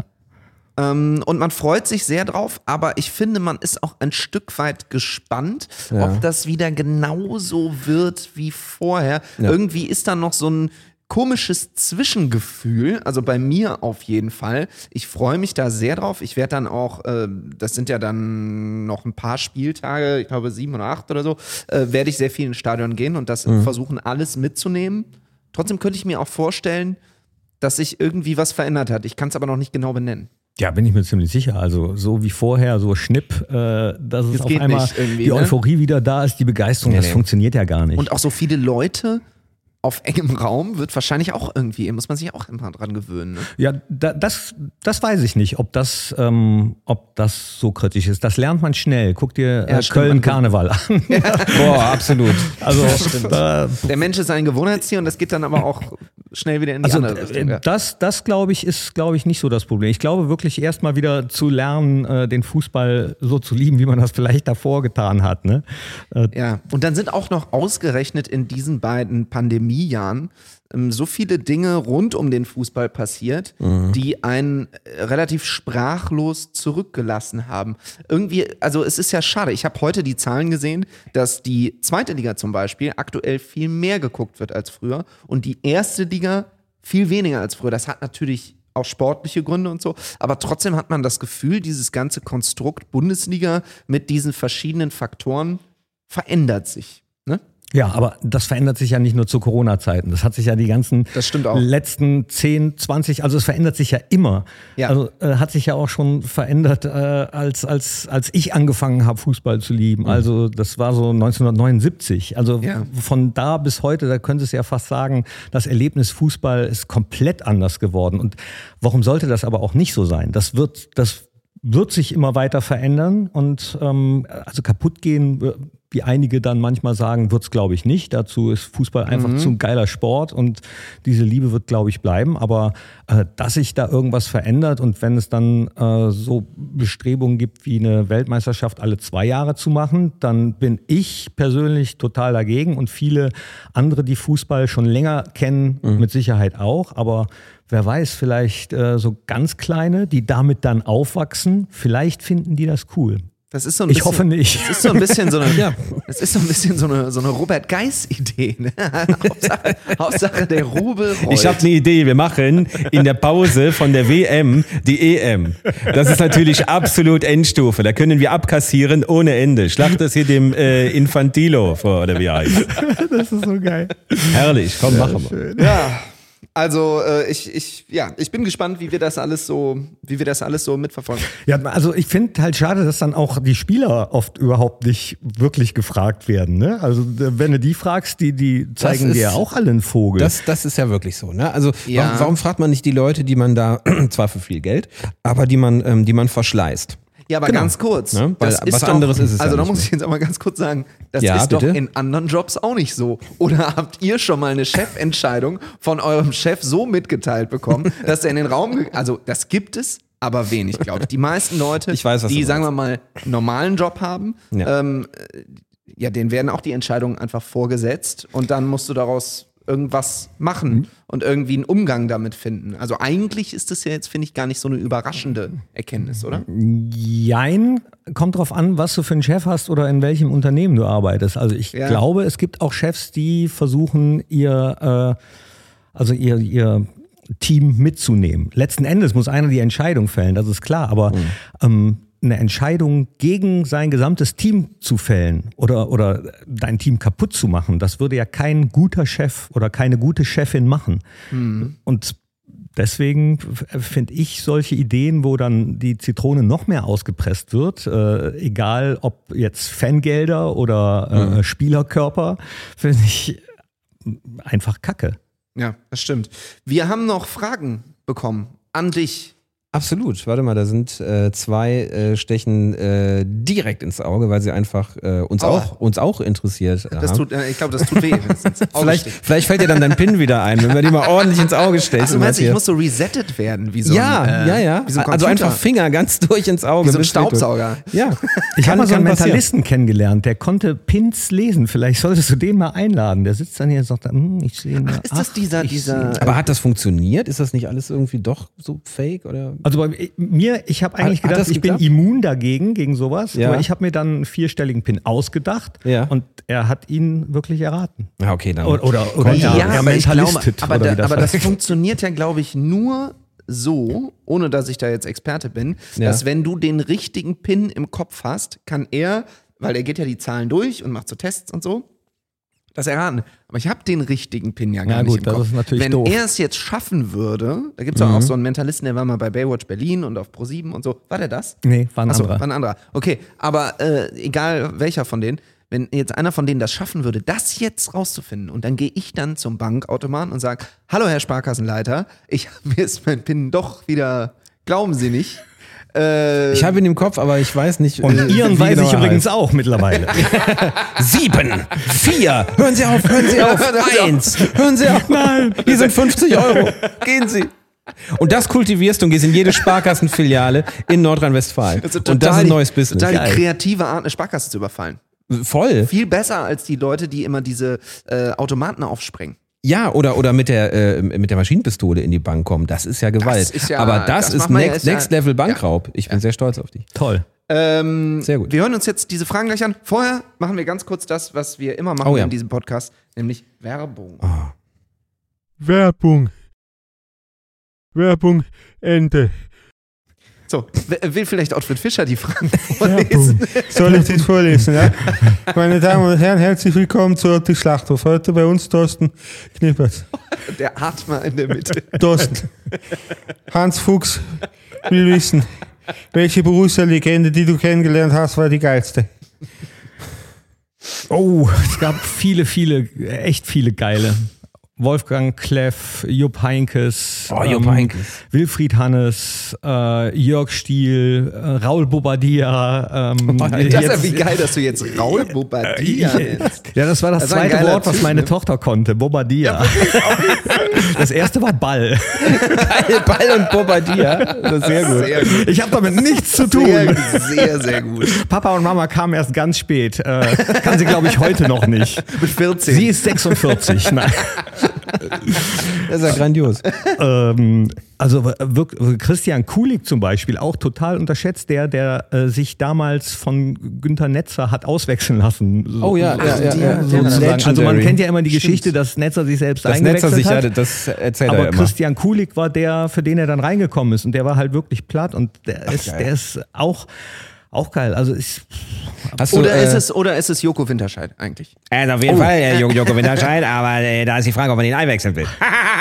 Ähm, und man freut sich sehr drauf, aber ich finde, man ist auch ein Stück weit gespannt, Ja. ob das wieder genauso wird wie vorher. Ja. Irgendwie ist da noch so ein komisches Zwischengefühl, also bei mir auf jeden Fall. Ich freue mich da sehr drauf. Ich werde dann auch, äh, das sind ja dann noch ein paar Spieltage, ich glaube sieben oder acht oder so, äh, werde ich sehr viel ins Stadion gehen und das versuchen, alles mitzunehmen. Trotzdem könnte ich mir auch vorstellen, dass sich irgendwie was verändert hat. Ich kann es aber noch nicht genau benennen. Ja, bin ich mir ziemlich sicher. Also so wie vorher, so Schnipp, äh, dass es Das auf geht einmal nicht irgendwie, die ne? Euphorie wieder da ist, die Begeisterung, Nee, das nee. funktioniert ja gar nicht. Und auch so viele Leute auf engem Raum wird wahrscheinlich auch irgendwie, muss man sich auch immer dran gewöhnen. Ne? ja, da, das, das weiß ich nicht, ob das, ähm, ob das so kritisch ist. Das lernt man schnell. Guck dir Ja, äh, stimmt, Köln man- Karneval an. Boah, absolut. Also, äh, Der Mensch ist ein Gewohnheitstier und das geht dann aber auch schnell wieder in die also andere Richtung. äh, Ja. das, das glaube ich, ist, glaube ich, nicht so das Problem. Ich glaube wirklich erstmal wieder zu lernen, äh, den Fußball so zu lieben, wie man das vielleicht davor getan hat. Ne? Äh, Ja, und dann sind auch noch ausgerechnet in diesen beiden Pandemiejahren ähm, so viele Dinge rund um den Fußball passiert, mhm. die einen äh, relativ sprachlos zurückgelassen haben. Irgendwie, also es ist ja schade. Ich habe heute die Zahlen gesehen, dass die zweite Liga zum Beispiel aktuell viel mehr geguckt wird als früher und die erste Liga viel weniger als früher. Das hat natürlich auch sportliche Gründe und so, aber trotzdem hat man das Gefühl, dieses ganze Konstrukt Bundesliga mit diesen verschiedenen Faktoren verändert sich. Ne? Ja, aber das verändert sich ja nicht nur zu Corona-Zeiten. Das hat sich ja die ganzen das stimmt auch. letzten zehn, zwanzig, also es verändert sich ja immer. Ja. Also äh, hat sich ja auch schon verändert, äh, als, als, als ich angefangen habe, Fußball zu lieben. Mhm. Also das war so neunzehnhundertneunundsiebzig. Also ja. von da bis heute, da könntest du ja fast sagen, das Erlebnis Fußball ist komplett anders geworden. Und warum sollte das aber auch nicht so sein? Das wird, das wird sich immer weiter verändern und ähm, also kaputt gehen, wie einige dann manchmal sagen, wird's glaube ich nicht. Dazu ist Fußball einfach mhm. zu ein geiler Sport und diese Liebe wird glaube ich bleiben. Aber äh, dass sich da irgendwas verändert und wenn es dann äh, so Bestrebungen gibt, wie eine Weltmeisterschaft alle zwei Jahre zu machen, dann bin ich persönlich total dagegen und viele andere, die Fußball schon länger kennen, mhm. mit Sicherheit auch. Aber wer weiß, vielleicht äh, so ganz Kleine, die damit dann aufwachsen, vielleicht finden die das cool. Das ist so ein ich bisschen, hoffe nicht. Das ist so ein bisschen so eine, ja, das ist so ein bisschen so eine, so eine Robert Geis-Idee. Ne? Hauptsache, Hauptsache der Rubel rollt. Ich habe eine Idee. Wir machen in der Pause von der W M die E M. Das ist natürlich absolut Endstufe. Da können wir abkassieren ohne Ende. Schlag das hier dem äh, Infantilo vor, oder wie heißt. Das ist so geil. Herrlich, komm, ja, machen wir. Ja. Also äh, ich, ich, ja, ich bin gespannt, wie wir das alles so, wie wir das alles so mitverfolgen. Ja, also ich finde halt schade, dass dann auch die Spieler oft überhaupt nicht wirklich gefragt werden. Ne? Also wenn du die fragst, die, die zeigen ist, dir auch alle einen Vogel. Das, das ist ja wirklich so. Ne? Also ja. warum, warum fragt man nicht die Leute, die man da, zwar für viel Geld, aber die man, ähm, die man verschleißt? Ja, aber genau. ganz kurz. Ne? Weil das ist was doch, anderes ist es Also ja da nicht muss mehr. ich jetzt auch mal ganz kurz sagen, das Ja, ist bitte? doch in anderen Jobs auch nicht so. Oder habt ihr schon mal eine Chefentscheidung von eurem Chef so mitgeteilt bekommen, dass er in den Raum, ge- also das gibt es, aber wenig, glaube ich. Die meisten Leute, Ich weiß, was die, du sagen wir meinst. mal, einen normalen Job haben, Ja. ähm, ja, denen werden auch die Entscheidungen einfach vorgesetzt und dann musst du daraus irgendwas machen mhm. und irgendwie einen Umgang damit finden. Also eigentlich ist das ja jetzt, finde ich, gar nicht so eine überraschende Erkenntnis, oder? Jein, kommt drauf an, was du für einen Chef hast oder in welchem Unternehmen du arbeitest. Also ich Ja. glaube, es gibt auch Chefs, die versuchen, ihr, äh, also ihr, ihr Team mitzunehmen. Letzten Endes muss einer die Entscheidung fällen, das ist klar, aber mhm. ähm, eine Entscheidung gegen sein gesamtes Team zu fällen oder, oder dein Team kaputt zu machen, das würde ja kein guter Chef oder keine gute Chefin machen. Mhm. Und deswegen finde ich solche Ideen, wo dann die Zitrone noch mehr ausgepresst wird, äh, egal ob jetzt Fangelder oder äh, mhm. Spielerkörper, finde ich einfach Kacke. Ja, das stimmt. Wir haben noch Fragen bekommen an dich. Absolut. Warte mal, da sind äh, zwei äh, stechen äh, direkt ins Auge, weil sie einfach äh, uns Aua. auch uns auch interessiert Das haben. tut, äh, ich glaube, das tut weh. wenn es ins Auge Vielleicht, sticht. vielleicht fällt dir dann dein Pin wieder ein, wenn wir die mal ordentlich ins Auge stechen. Ach, du meinst, was ich hier- muss so resettet werden, wie so ja, ein, äh, ja, ja. wie so ein Also Computer. einfach Finger ganz durch ins Auge. Wie so ein bis es wehtut. Staubsauger. Ja. Ich habe mal so einen kann passieren. Mentalisten kennengelernt, der konnte Pins lesen. Vielleicht solltest du den mal einladen. Der sitzt dann hier und sagt, hm, ich sehe mal. Ist das ach, dieser, ich dieser, sehe- Aber hat das funktioniert? Ist das nicht alles irgendwie doch so fake? Oder? Also bei mir, ich habe eigentlich Hat- hat gedacht, das ich bin geklappt? immun dagegen, gegen sowas. Ja. Aber ich habe mir dann einen vierstelligen Pin ausgedacht Ja. und er hat ihn wirklich erraten. Ja, okay, dann. Oder, oder, oder ja, er, er aber, ich glaube, mentalistet. aber, oder da, wie das aber das heißt. funktioniert ja, glaube ich, nur so, ohne dass ich da jetzt Experte bin, Ja. dass wenn du den richtigen Pin im Kopf hast, kann er, weil er geht ja die Zahlen durch und macht so Tests und so, das erraten. Aber ich habe den richtigen Pin ja gar Ja, nicht gut, im das Kopf. ist natürlich wenn doof. er es jetzt schaffen würde, da gibt es Mhm. auch so einen Mentalisten, der war mal bei Baywatch Berlin und auf ProSieben und so. War der das? Nee, war ein Achso, anderer. war ein anderer. Okay, aber äh, egal welcher von denen, wenn jetzt einer von denen das schaffen würde, das jetzt rauszufinden und dann gehe ich dann zum Bankautomaten und sage, hallo Herr Sparkassenleiter, ich mir ist mein PIN doch wieder, glauben Sie nicht. Äh, Ich habe ihn im Kopf, aber ich weiß nicht. Und äh, ihren wie weiß genau ich er übrigens heißt. auch mittlerweile. Sieben, vier, hören Sie auf, hören Sie auf, Hören Sie auf. eins, hören Sie auf. Nein, hier sind fünfzig Euro, gehen Sie. Und das kultivierst du und gehst in jede Sparkassenfiliale in Nordrhein-Westfalen. das ist Und das ist total ein neues die- Business. Total die Geil. kreative Art, eine Sparkasse zu überfallen. Voll. Viel besser als die Leute, die immer diese äh, Automaten aufsprengen. Ja, oder, oder mit der, äh, mit der Maschinenpistole in die Bank kommen. Das ist ja Gewalt. Das ist ja- Aber das, das ist macht man ja Next, erst- Next Level Bankraub. Ich bin sehr stolz auf dich. Toll. Ähm, Sehr gut. Wir hören uns jetzt diese Fragen gleich an. Vorher machen wir ganz kurz das, was wir immer machen Oh ja. in diesem Podcast, nämlich Werbung. Werbung. Werbung, Ende. So, w- will vielleicht Ottfried Fischer die Fragen vorlesen? Soll ich das vorlesen, ja? Meine Damen und Herren, herzlich willkommen zu Otti Schlachthof. Heute bei uns Thorsten Knippert. Der Atmer in der Mitte. Thorsten. Hans Fuchs will wissen, welche Borussia-Legende, die du kennengelernt hast, war die geilste? Oh, es gab viele, viele, echt viele geile. Wolfgang Kleff, Jupp Heynckes, Oh, Jupp ähm, Heynckes. Wilfried Hannes, äh, Jörg Stiel, äh, Raul Bobadilla. Ähm, Das ist ja jetzt- wie geil, dass du jetzt Raul Bobadilla nennst. Ja, das war das, Das ist ein zweite geiler Wort, was Typ, meine ne? Tochter konnte, Bobadilla. Das erste war Ball. Ball und Bobadilla. Das ist sehr gut. Sehr gut. Ich habe damit nichts zu tun. Sehr, sehr, sehr gut. Papa und Mama kamen erst ganz spät. Äh, kann sie, glaube ich, heute noch nicht. Mit vierzehn. Sie ist sechsundvierzig. Nein. Das ist ja grandios. ähm, also wirklich, Christian Kulig zum Beispiel, auch total unterschätzt, der, der äh, sich damals von Günter Netzer hat auswechseln lassen. So, Oh ja, ja, ja. ja. sozusagen. Also man Legendary. kennt ja immer die Geschichte, dass Netzer sich selbst Das Netzer eingewechselt sich, ja, hat. das erzählt er Aber ja immer. Christian Kulig war der, für den er dann reingekommen ist. Und der war halt wirklich platt. Und der, ist, geil. der ist auch, auch geil. Also ich, Hast du, Oder, äh, ist es, oder ist es Joko Winterscheid eigentlich? Also auf jeden Fall äh, Joko, Joko Winterscheid, aber äh, da ist die Frage, ob man ihn einwechseln will.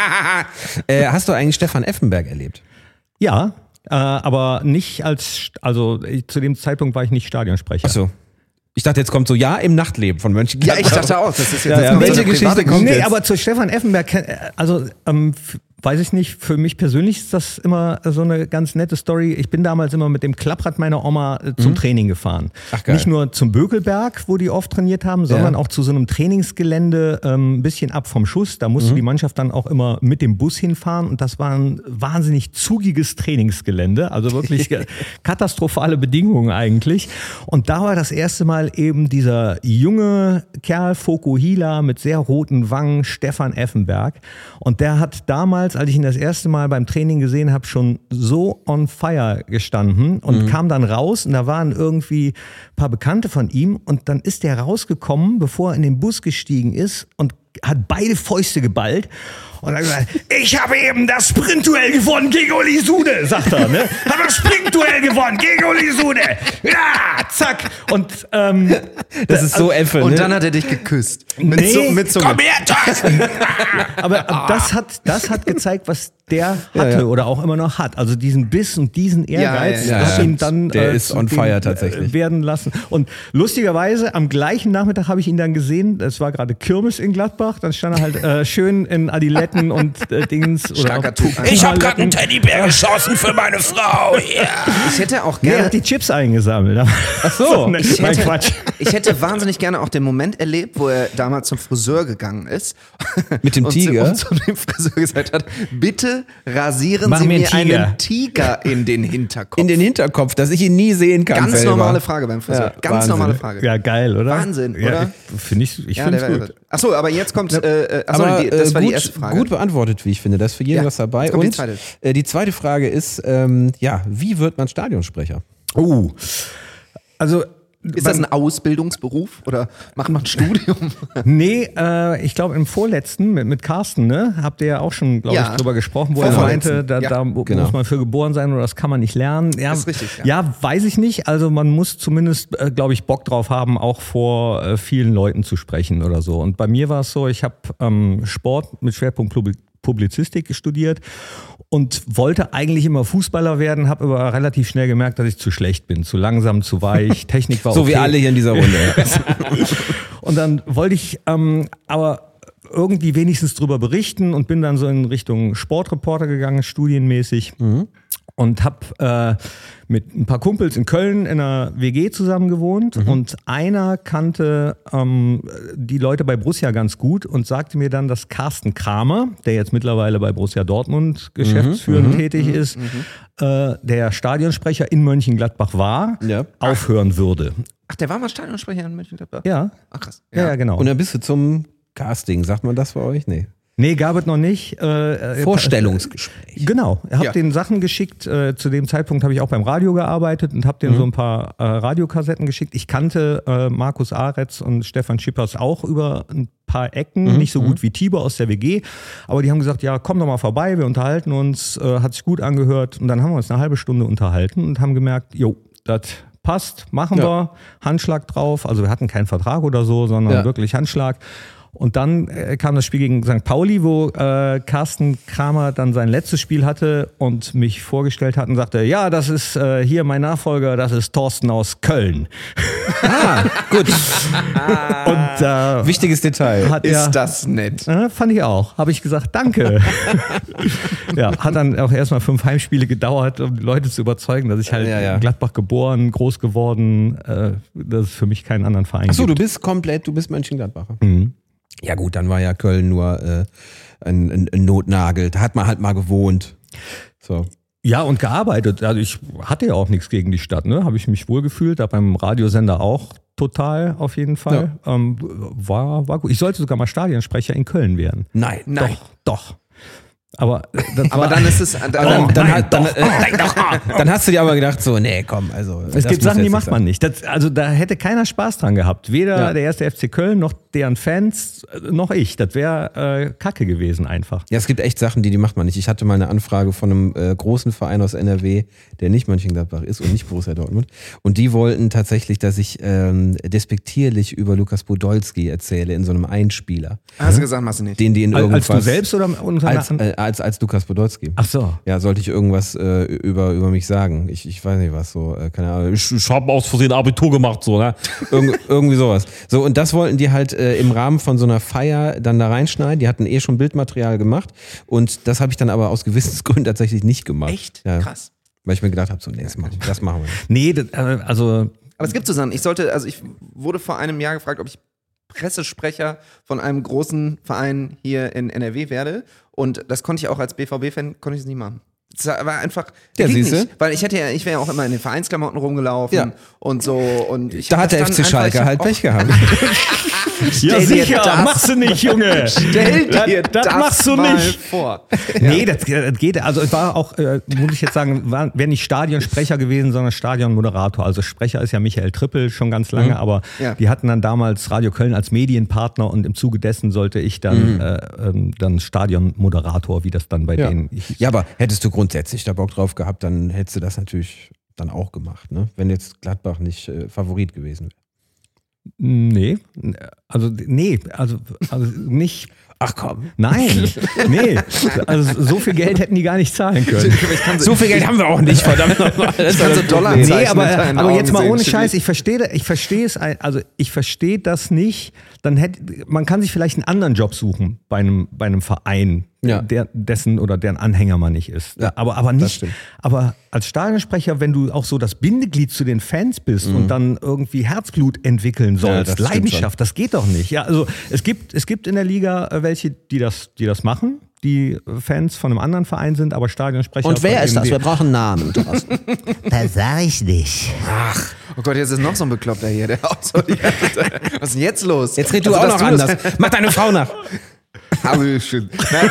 äh, hast du eigentlich Stefan Effenberg erlebt? ja, äh, aber nicht als, also ich, zu dem Zeitpunkt war ich nicht Stadionsprecher. Achso. Ich dachte, jetzt kommt so, ja, im Nachtleben von Ja, Mönchengladbach. ich dachte auch, das ist jetzt Ja, ja, kommt welche eine Geschichte private kommt Nee, jetzt? aber zu Stefan Effenberg, kenn- also ähm, f- weiß ich nicht, für mich persönlich ist das immer so eine ganz nette Story. Ich bin damals immer mit dem Klapprad meiner Oma äh, zum Training gefahren. Ach, geil. Nicht nur zum Bökelberg, wo die oft trainiert haben, sondern Ja. auch zu so einem Trainingsgelände, ähm, ein bisschen ab vom Schuss. Da musste die Mannschaft dann auch immer mit dem Bus hinfahren und das war ein wahnsinnig zugiges Trainingsgelände, also wirklich ge- katastrophale Bedingungen eigentlich. Und da war das erste Mal eben dieser junge Kerl, Fokuhila, mit sehr roten Wangen, Stefan Effenberg. Und der hat damals, als ich ihn das erste Mal beim Training gesehen habe, schon so on fire gestanden und kam dann raus und da waren irgendwie ein paar Bekannte von ihm und dann ist der rausgekommen, bevor er in den Bus gestiegen ist und hat beide Fäuste geballt und hat gesagt, ich habe eben das Sprintduell gewonnen gegen Uli Sude, sagt er, ne? Hat das Sprintduell gewonnen gegen Uli Sude. Ja, zack. Und ähm, Das ist so Effe, Und ne? dann hat er dich geküsst. Mit, Nee. so, mit Zunge. Komm her, Thorsten! aber das hat, das hat gezeigt, was der hatte ja. oder auch immer noch hat. Also diesen Biss und diesen Ehrgeiz ja, ja, hat ja. ihn dann Der äh, ist zu on dem, fire äh, tatsächlich. werden lassen. Und lustigerweise am gleichen Nachmittag habe ich ihn dann gesehen. Es war gerade Kirmes in Gladbach. Dann stand er halt äh, schön in Adiletten und äh, Dings. Oder Starker auch Typ. Pu- Ich habe gerade einen Pumaletten. Teddybär geschossen für meine Frau. Ja. Ich hätte auch Nee, er gerne. hat die Chips eingesammelt. Ach so. Nein, Ich nein, hätte, Quatsch. ich hätte wahnsinnig gerne auch den Moment erlebt, wo er damals zum Friseur gegangen ist. Mit dem und Tiger? Zu, und zu dem Friseur gesagt hat, bitte rasieren Mach Sie mir mir einen Tiger. einen Tiger in den Hinterkopf. In den Hinterkopf, dass ich ihn nie sehen kann. Ganz selber. normale Frage beim Friseur. Ja, Ganz Wahnsinn. normale Frage. Ja, geil, oder? Wahnsinn, ja, oder? Finde ich, ich Ja, finde der es war- gut. Achso, aber jetzt kommt. Äh, äh, achso, Aber die, das äh, war gut, die erste Frage. gut beantwortet, wie ich finde. Da ist für jeden Ja, was dabei. jetzt kommt die Und zweite. äh, die zweite Frage ist, ähm, ja, wie wird man Stadionsprecher? Oh. Also Ist das ein Ausbildungsberuf oder macht man ein Studium? Nee, äh, ich glaube im vorletzten mit, mit Carsten, ne, habt ihr ja auch schon, glaube Ja. ich, drüber gesprochen, wo er Vorvorletzten. meinte, da, Ja, da mu- genau. muss man für geboren sein oder das kann man nicht lernen. Ja, Das ist richtig, ja. ja. weiß ich nicht. Also man muss zumindest, äh, glaube ich, Bock drauf haben, auch vor äh, vielen Leuten zu sprechen oder so. Und bei mir war es so, ich habe ähm, Sport mit Schwerpunkt Publi- Publizistik studiert und wollte eigentlich immer Fußballer werden, habe aber relativ schnell gemerkt, dass ich zu schlecht bin, zu langsam, zu weich, Technik war So okay. wie alle hier in dieser Runde. Und dann wollte ich ähm, aber irgendwie wenigstens drüber berichten und bin dann so in Richtung Sportreporter gegangen, studienmäßig. Und habe äh, mit ein paar Kumpels in Köln in einer W G zusammen gewohnt und einer kannte ähm, die Leute bei Borussia ganz gut und sagte mir dann, dass Carsten Kramer, der jetzt mittlerweile bei Borussia Dortmund geschäftsführend tätig ist, äh, der Stadionsprecher in Mönchengladbach war, Ja. aufhören würde. Ach, der war mal Stadionsprecher in Mönchengladbach? Ja, Ach krass. ja, ja genau. Und dann bist du zum Casting. Sagt man das bei euch? Nee. Nee, gab es noch nicht. Äh, Vorstellungsgespräch. Genau, ich habe Ja. den Sachen geschickt. Äh, zu dem Zeitpunkt habe ich auch beim Radio gearbeitet und habe denen Mhm. so ein paar äh, Radiokassetten geschickt. Ich kannte äh, Markus Aretz und Stefan Schippers auch über ein paar Ecken, Mhm. nicht so gut wie Tibor aus der W G, aber die haben gesagt, ja, komm doch mal vorbei, wir unterhalten uns, äh, hat sich gut angehört und dann haben wir uns eine halbe Stunde unterhalten und haben gemerkt, jo, das passt, machen Ja. wir, Handschlag drauf, also wir hatten keinen Vertrag oder so, sondern Ja. wirklich Handschlag. Und dann äh, kam das Spiel gegen Sankt Pauli, wo äh, Carsten Kramer dann sein letztes Spiel hatte und mich vorgestellt hat und sagte, ja, das ist äh, hier mein Nachfolger, das ist Thorsten aus Köln. Ah, gut. Und äh, Wichtiges Detail. hat Ist er, das nett? äh, fand ich auch. Habe ich gesagt, danke. Ja, hat dann auch erstmal fünf Heimspiele gedauert, um die Leute zu überzeugen, dass ich halt Ja, ja. in Gladbach geboren, groß geworden, äh, dass es für mich keinen anderen Verein Achso, du gibt. bist komplett, du bist Mönchengladbacher. Mhm. Ja gut, dann war ja Köln nur äh, ein, ein, ein Notnagel. Da hat man halt mal gewohnt. So. Ja, und gearbeitet. Also ich hatte ja auch nichts gegen die Stadt, ne? Habe ich mich wohlgefühlt, da beim Radiosender auch total auf jeden Fall. Ähm, war, war gut. Ich sollte sogar mal Stadionsprecher in Köln werden. Nein. Nein. Doch, doch. Aber, das Aber war, dann ist es. Dann, Dann, dann, nein, hat- dann, äh, dann hast du dir aber gedacht, so, nee, komm, also. es das gibt muss Sachen, die jetzt macht nicht man nicht. Das, also da hätte keiner Spaß dran gehabt. Weder Ja. der erste F C Köln noch deren Fans, äh, noch ich. Das wäre äh, Kacke gewesen einfach. Ja, es gibt echt Sachen, die, die macht man nicht. Ich hatte mal eine Anfrage von einem äh, großen Verein aus N R W, der nicht Mönchengladbach ist und nicht Borussia Dortmund. Und die wollten tatsächlich, dass ich ähm, despektierlich über Lukas Podolski erzähle in so einem Einspieler. hast du gesagt, machst du nicht. Den die in Als, irgendwas... als du selbst oder unter Als, einer- äh, als, als Lukas Podolski. Ach so. Ja, sollte ich irgendwas äh, über, über mich sagen? Ich, ich weiß nicht was, so, äh, keine Ahnung. Ich, ich habe aus Versehen Abitur gemacht, so, ne? Irg irgendwie sowas. So, und das wollten die halt äh, im Rahmen von so einer Feier dann da reinschneiden. Die hatten eh schon Bildmaterial gemacht. Und das habe ich dann aber aus Gewissensgründen tatsächlich nicht gemacht. Echt? Ja. Krass. Weil ich mir gedacht habe, so, nee, das machen, das machen wir nicht. Nee, das, äh, also Aber es gibt so Sachen. Ich sollte, also ich wurde vor einem Jahr gefragt, ob ich Pressesprecher von einem großen Verein hier in N R W werde. Und das konnte ich auch als B V B-Fan, konnte ich es nicht machen. Es war einfach, Ja, ging siehste. nicht, weil ich hätte ja, ich wäre ja auch immer in den Vereinsklamotten rumgelaufen Ja. und so. Und ich Da hab hat der das F dann C Schalke einfach- halt Pech gehabt. ja, dir sicher, das- machst du nicht, Junge. Stell dir das, das, machst du mal nicht. vor. Nee, das, das geht. Also es war auch, äh, muss ich jetzt sagen, wäre nicht Stadionsprecher gewesen, sondern Stadionmoderator. Also Sprecher ist ja Michael Trippel schon ganz lange, aber Ja. die hatten dann damals Radio Köln als Medienpartner und im Zuge dessen sollte ich dann, äh, ähm, dann Stadionmoderator, wie das dann bei Ja. denen hieß. Ja, aber hättest du grundsätzlich da Bock drauf gehabt, dann hättest du das natürlich dann auch gemacht, ne? Wenn jetzt Gladbach nicht äh, Favorit gewesen wäre. Nee, also nee, also, also nicht. Ach komm. Nein, nee. Also so viel Geld hätten die gar nicht zahlen können. So viel Geld haben wir auch nicht, verdammt nochmal. Ich kann so Dollar Nee, aber, aber jetzt mal ohne Scheiß, ich verstehe, ich verstehe es, ein- also ich verstehe das nicht. Dann hätte, man kann sich vielleicht einen anderen Job suchen bei einem, bei einem Verein, Ja. der, dessen oder deren Anhänger man nicht ist. Ja, aber, aber das nicht, stimmt. aber als Stadionsprecher, wenn du auch so das Bindeglied zu den Fans bist und dann irgendwie Herzblut entwickeln sollst, das stimmt Leidenschaft, das geht doch nicht. Ja, also es gibt, es gibt in der Liga äh, welche, die das, die das machen, die Fans von einem anderen Verein sind, aber Stadionsprecher. Und wer von ist das? irgendwie- Wir brauchen Namen, Thorsten. Das sag ich nicht. Oh Gott, jetzt ist noch so ein Bekloppter hier, der auch so die ganze Zeit- Was ist denn jetzt los? Jetzt red du Also, auch dass noch das- anders. Mach deine Frau nach. Hallöchen. Nein,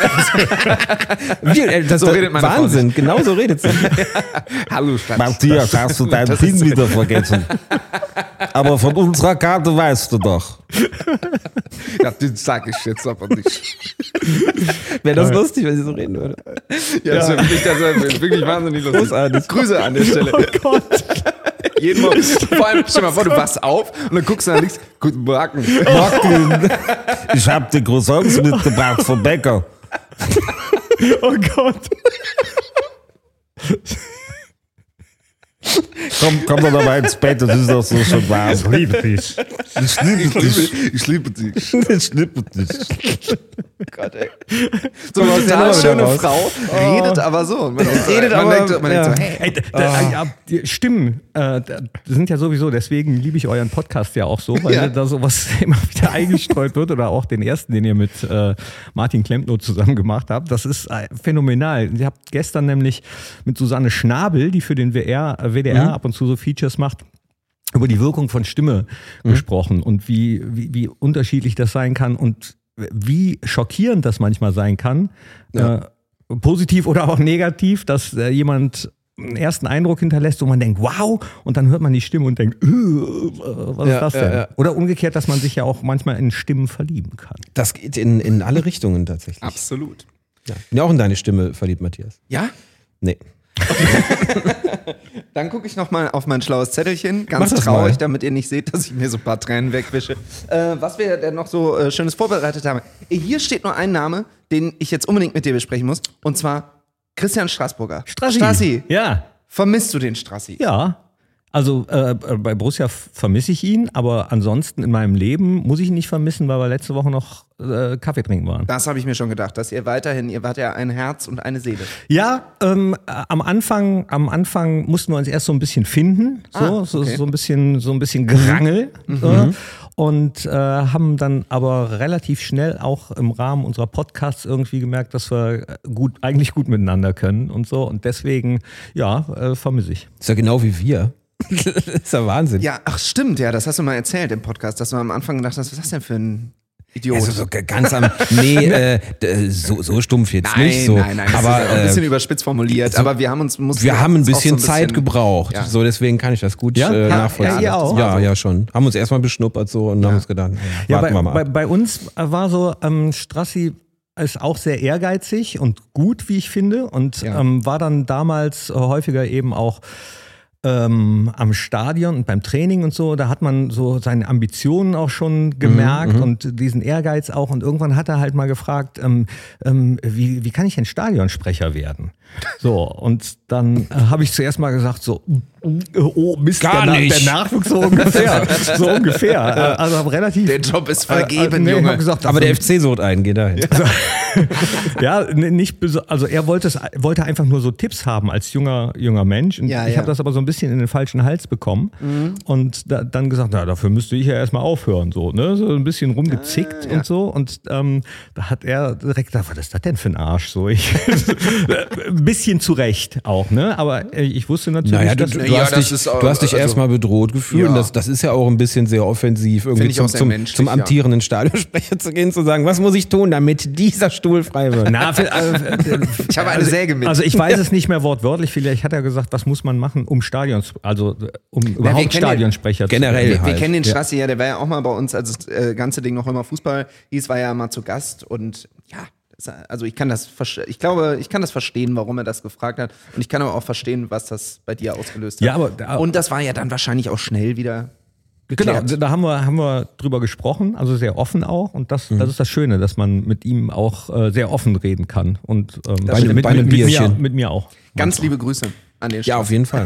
Wir, äh, das, So das, redet meine Frau Wahnsinn, genau so redet sie. Hallo, Schatz. Matthias, hast du deinen Das PIN ist- wieder vergessen? Aber von unserer Karte weißt du doch. Ja, den sag ich jetzt aber nicht. Wäre das lustig, wenn sie so reden würde. Ja, das ist wirklich, das ist wirklich wahnsinnig lustig. Großartig. Grüße an der Stelle. Oh Gott. Jeden Morgen. Vor allem, stell dir mal vor, du wachst auf und dann guckst du nach links. Guten Morgen. Martin, ich hab die Croissants mitgebracht vom Bäcker. Oh Gott. Komm, komm doch mal ins Bett, das ist doch so schon warm. Ich liebe dich. Ich liebe dich. Ich liebe dich. Ich liebe dich. Gott, ey. So eine total wieder schöne raus. Frau, redet aber so. Und Man denkt, Redet man aber- denkt, man ja. denkt so, hey. Ey, da, da, ja, die Stimmen äh, da, sind ja sowieso, deswegen liebe ich euren Podcast ja auch so, weil Ja. da sowas immer wieder eingestreut wird oder auch den ersten, den ihr mit äh, Martin Klempno zusammen gemacht habt. Das ist äh, phänomenal. Ihr habt gestern nämlich mit Susanne Schnabel, die für den W R, äh, W D R ab und zu so Features macht, über die Wirkung von Stimme gesprochen und wie, wie, wie unterschiedlich das sein kann. Und wie schockierend das manchmal sein kann, Ja. äh, positiv oder auch negativ, dass äh, jemand einen ersten Eindruck hinterlässt, wo man denkt, wow, und dann hört man die Stimme und denkt, äh, was Ja, ist das ja, denn? ja. Oder umgekehrt, dass man sich ja auch manchmal in Stimmen verlieben kann. Das geht in, in alle Richtungen tatsächlich. Absolut. Ja. Bin ja auch in deine Stimme verliebt, Matthias. Ja? Nee. Dann gucke ich nochmal auf mein schlaues Zettelchen. Ganz Mach das traurig, mal. damit ihr nicht seht, dass ich mir so ein paar Tränen wegwische. Äh, was wir denn noch so äh, Schönes vorbereitet haben. Hier steht nur ein Name, den ich jetzt unbedingt mit dir besprechen muss. Und zwar Christian Straßburger. Strassi. Strassi. Ja. Vermisst du den Strassi? Ja. Also äh, bei Borussia f- vermisse ich ihn, aber ansonsten in meinem Leben muss ich ihn nicht vermissen, weil wir letzte Woche noch äh, Kaffee trinken waren. Das habe ich mir schon gedacht, dass ihr weiterhin, ihr wart ja ein Herz und eine Seele. Ja, ähm, äh, am Anfang, am Anfang mussten wir uns erst so ein bisschen finden, so, Ah, okay. so, so ein bisschen, so ein bisschen Gerangel. So. Und äh, haben dann aber relativ schnell auch im Rahmen unserer Podcasts irgendwie gemerkt, dass wir gut, eigentlich gut miteinander können und so. Und deswegen, ja, äh, vermisse ich. Ist ja genau wie wir. Das ist ja Wahnsinn. Ja, ach stimmt, ja, das hast du mal erzählt im Podcast, dass du am Anfang gedacht hast, was ist das denn für ein Idiot? Also so ganz am. Nee, äh, d- so, so stumpf jetzt nein, nicht. So. nein, nein, das aber ist ja auch ein bisschen äh, überspitzt formuliert, aber wir haben uns mussten wir haben ein uns auch bisschen so Zeit gebraucht. Ja. So, deswegen kann ich das gut Ja? äh, Ja, nachvollziehen. ja, ihr auch? Ja, ja, schon. Haben uns erstmal beschnuppert so und haben uns gedacht, Ja, warten bei, wir mal bei, ab. bei uns war so, ähm, Strassi ist auch sehr ehrgeizig und gut, wie ich finde, und Ja. ähm, war dann damals äh, häufiger eben auch ähm, am Stadion und beim Training und so. Da hat man so seine Ambitionen auch schon gemerkt und diesen Ehrgeiz auch. Und irgendwann hat er halt mal gefragt, ähm, ähm, wie, wie kann ich denn Stadionsprecher werden? So, und dann äh, habe ich zuerst mal gesagt, so, oh Mist, Gar der, Na- nicht. der Nachwuchs so ungefähr. so ungefähr. Äh, Also hab relativ. Der Job ist Äh, vergeben, äh, nee, Junge. hab gesagt, Aber also- der F C sucht einen, geh dahin. ja, n- nicht beso- also er wollte es, wollte einfach nur so Tipps haben als junger junger Mensch. Und Ja, ich ja. habe das aber so ein bisschen in den falschen Hals bekommen und da, dann gesagt, na, dafür müsste ich ja erstmal aufhören, so, ne, so ein bisschen rumgezickt Ah, ja. und so. Und ähm, da hat er direkt gesagt, was ist das denn für ein Arsch? So, ich, ein bisschen zu Recht auch, ne? Aber äh, ich wusste natürlich, Naja, du, dass du, Ja, hast, das dich, ist auch- du hast dich also- erstmal bedroht gefühlt. Ja. Und das, das ist ja auch ein bisschen sehr offensiv, irgendwie Finde ich zum, auch sehr zum, menschlich, zum ja. amtierenden Stadionsprecher zu gehen, zu sagen, was muss ich tun, damit dieser Stuhl frei wird. Na, für, äh, Ich habe eine also, Säge mit. Also ich weiß es nicht mehr wortwörtlich, vielleicht hat er gesagt, was muss man machen, um Stadions, also äh, um überhaupt kennen den- Stadionsprecher generell zu Wir, wir halt. kennen den Strassi ja, der war ja auch mal bei uns, als das äh, ganze Ding noch immer Fußball hieß, war ja mal zu Gast und ja, das, also ich kann das, verste- ich glaube, ich kann das verstehen, warum er das gefragt hat und ich kann aber auch verstehen, was das bei dir ausgelöst hat. Ja, aber da- und das war ja dann wahrscheinlich auch schnell wieder Genau, geklärt. da haben wir, haben wir drüber gesprochen, also sehr offen auch. Und das, das ist das Schöne, dass man mit ihm auch äh, sehr offen reden kann. Und ähm, Bei einem- bei einem mit, mir, Bierchen. mit mir auch. Ganz liebe Grüße an den Ja, auf jeden Fall.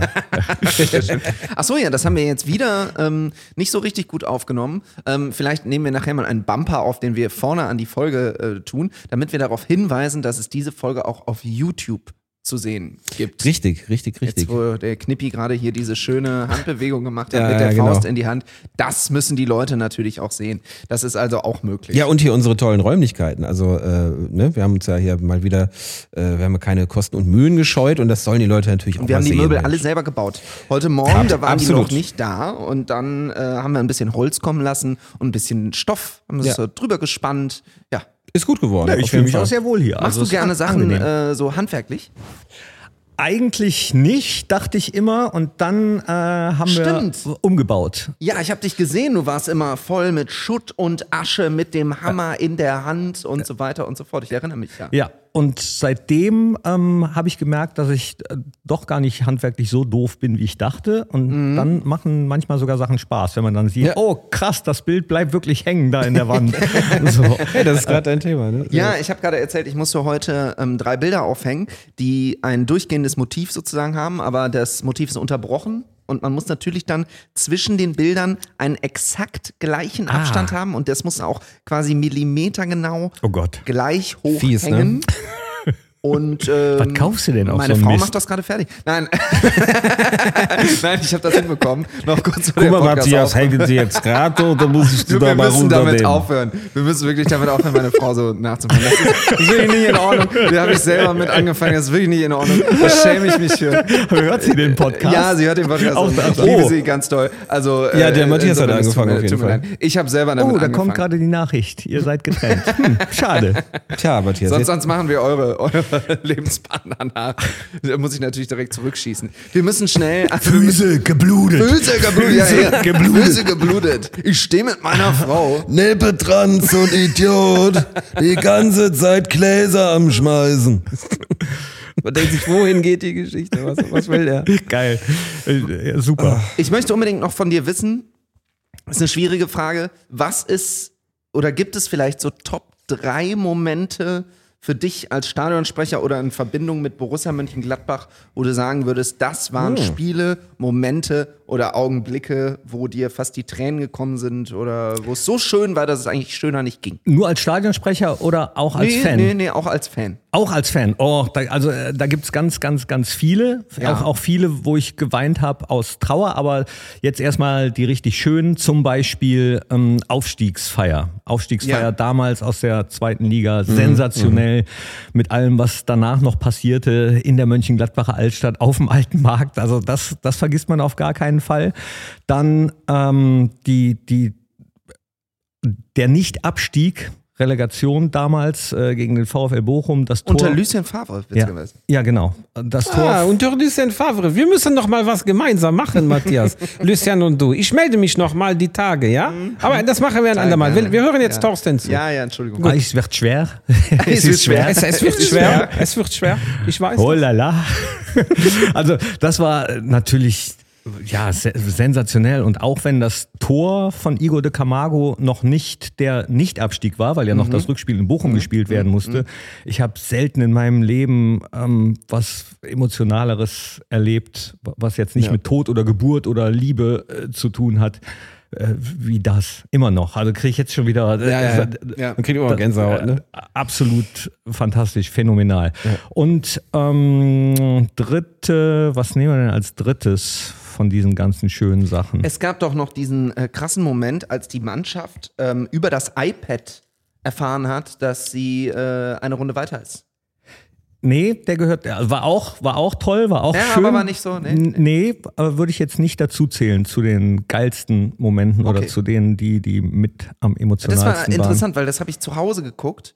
Ach so, ja, das haben wir jetzt wieder ähm, nicht so richtig gut aufgenommen. Ähm, vielleicht nehmen wir nachher mal einen Bumper auf, den wir vorne an die Folge äh, tun, damit wir darauf hinweisen, dass es diese Folge auch auf YouTube zu sehen gibt. Richtig, richtig, richtig. Jetzt, wo der Knippi gerade hier diese schöne Handbewegung gemacht hat Ja, mit der ja, genau. Faust in die Hand, das müssen die Leute natürlich auch sehen. Das ist also auch möglich. Ja, und hier unsere tollen Räumlichkeiten. Also, äh, ne, wir haben uns ja hier mal wieder, äh, wir haben keine Kosten und Mühen gescheut und das sollen die Leute natürlich auch Und wir mal haben die sehen. Möbel Mensch. alle selber gebaut. Heute Morgen, Ab- da waren absolut. die noch nicht da und dann äh, haben wir ein bisschen Holz kommen lassen und ein bisschen Stoff, haben es Ja. so drüber gespannt. Ja. Ist gut geworden. Ja, auf ich fühle jeden mich Fall. auch sehr wohl hier. Machst Also du es gerne ist Sachen angenehm. äh, so handwerklich? Eigentlich nicht, dachte ich immer. Und dann äh, haben Stimmt. wir umgebaut. Ja, ich habe dich gesehen, du warst immer voll mit Schutt und Asche, mit dem Hammer in der Hand und so weiter und so fort. Ich erinnere mich ja. Ja, und seitdem ähm, habe ich gemerkt, dass ich äh, doch gar nicht handwerklich so doof bin, wie ich dachte. Und dann machen manchmal sogar Sachen Spaß, wenn man dann sieht, Ja. oh krass, das Bild bleibt wirklich hängen da in der Wand. so. Hey, das ist gerade dein Thema, ne? Ja, ich habe gerade erzählt, ich musste heute ähm, drei Bilder aufhängen, die ein durchgehendes Motiv sozusagen haben, aber das Motiv ist unterbrochen. Und man muss natürlich dann zwischen den Bildern einen exakt gleichen Ah. Abstand haben und das muss auch quasi millimetergenau Oh Gott. gleich hoch Fies, ne? hängen. Und, ähm, Was kaufst du denn auf meine so einen Frau Mist? macht das gerade fertig. Nein, nein, ich habe das hinbekommen. Noch kurz vor Guck der mal, Podcast Matthias, aufhören. hängen Sie jetzt gerade oder muss ich Du, da wir mal müssen damit runternehmen? aufhören. Wir müssen wirklich damit aufhören, meine Frau so nachzumachen. Das ist, das ist wirklich nicht in Ordnung. Da habe ich selber mit angefangen. Das ist wirklich nicht in Ordnung. Da schäme ich mich für. Hört sie den Podcast? Ja, sie hört den Podcast. Auch und das. ich liebe Oh. sie ganz doll. Also, Ja, der Matthias insofern, hat es tut angefangen mir- auf jeden tut mir Fall. leid. Ich habe selber damit Oh, da angefangen. kommt gerade die Nachricht. Ihr seid getrennt. Hm, schade. Tja, Matthias, Sonst, jetzt, sonst machen wir eure, eure Lebenspartner nach. Da muss ich natürlich direkt zurückschießen. Wir müssen schnell. Also wir müssen- Füße geblutet. Füße geblutet. Ja, ja. geblutet. Füße geblutet. Ich stehe mit meiner Frau. Nepetrans und Idiot, die ganze Zeit Gläser am Schmeißen. Man denkt sich, wohin geht die Geschichte? Was, was will der? Geil. Äh, super. Ich möchte unbedingt noch von dir wissen, das ist eine schwierige Frage, was ist oder gibt es vielleicht so Top drei Momente für dich als Stadionsprecher oder in Verbindung mit Borussia Mönchengladbach, wo du sagen würdest, das waren Spiele, Momente oder Augenblicke, wo dir fast die Tränen gekommen sind oder wo es so schön war, dass es eigentlich schöner nicht ging? Nur als Stadionsprecher oder auch als nee, Fan? Nee, nee, auch als Fan. Auch als Fan. Oh, da, also äh, da gibt's ganz, ganz, ganz viele. Ja. Auch, auch viele, wo ich geweint habe aus Trauer. Aber jetzt erstmal die richtig schönen, zum Beispiel ähm, Aufstiegsfeier. Aufstiegsfeier Ja. damals aus der zweiten Liga. Sensationell. Mit allem, was danach noch passierte in der Mönchengladbacher Altstadt auf dem Alten Markt. Also das, das vergisst man auf gar keinen Fall. Dann ähm, die, die, der Nicht-Abstieg. Relegation damals äh, gegen den VfL Bochum, das Tor. Unter Lucien Favre, ja. witzigerweise. ja, genau. Das Tor. Ah, und durch Lucien Favre. Wir müssen noch mal was gemeinsam machen, Matthias. Lucien und du. Ich melde mich noch mal die Tage, ja? Aber das machen wir ein andermal. Wir, wir hören jetzt Ja. Thorsten zu. Ja, ja, Entschuldigung. Ah, es wird schwer. Es wird schwer. Es, es wird schwer. Es wird schwer. Ich weiß. Oh das. la la. Also das war natürlich ja se- sensationell und auch wenn das Tor von Igor de Camargo noch nicht der Nichtabstieg war, weil ja noch das Rückspiel in Bochum gespielt werden musste. Ich habe selten in meinem Leben ähm, was Emotionaleres erlebt, was jetzt nicht Ja. mit Tod oder Geburt oder Liebe äh, zu tun hat. Äh, wie das immer noch. Also kriege ich jetzt schon wieder äh, Ja, ja, ja. Ja. Man kriegt immer Gänsehaut, ne? Äh, absolut fantastisch, phänomenal. Und ähm, dritte, was nehmen wir denn als drittes von diesen ganzen schönen Sachen? Es gab doch noch diesen äh, krassen Moment, als die Mannschaft ähm, über das iPad erfahren hat, dass sie äh, eine Runde weiter ist. Nee, der gehört, der war auch, war auch toll, war auch Ja, schön. aber war nicht so, nee. N- Nee, aber würde ich jetzt nicht dazu zählen zu den geilsten Momenten Okay. oder zu denen, die, die mit am Das emotionalsten war waren. interessant, weil das habe ich zu Hause geguckt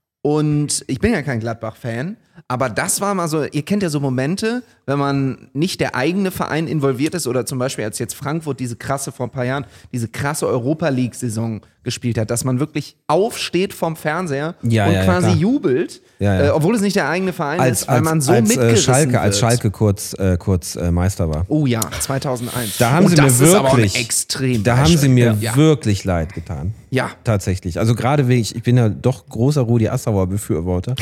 und ich bin ja kein Gladbach-Fan, aber das war mal so, ihr kennt ja so Momente, wenn man nicht der eigene Verein involviert ist oder zum Beispiel als jetzt Frankfurt diese krasse, vor ein paar Jahren, diese krasse Europa-League-Saison gespielt hat, dass man wirklich aufsteht vom Fernseher Ja, und ja, ja, quasi klar. jubelt, Ja, ja. Äh, obwohl es nicht der eigene Verein Als, ist, weil als, man so als, äh, mitgerissen Schalke, wird. als Schalke kurz, äh, kurz äh, Meister war. Oh ja, zweitausendeins. Da haben und sie das mir ist aber auch ein wirklich, extrem da haben sie mir ja. wirklich leid getan. Ja. Tatsächlich. Also gerade wegen, ich, ich bin ja doch großer Rudi Assauer Befürworter.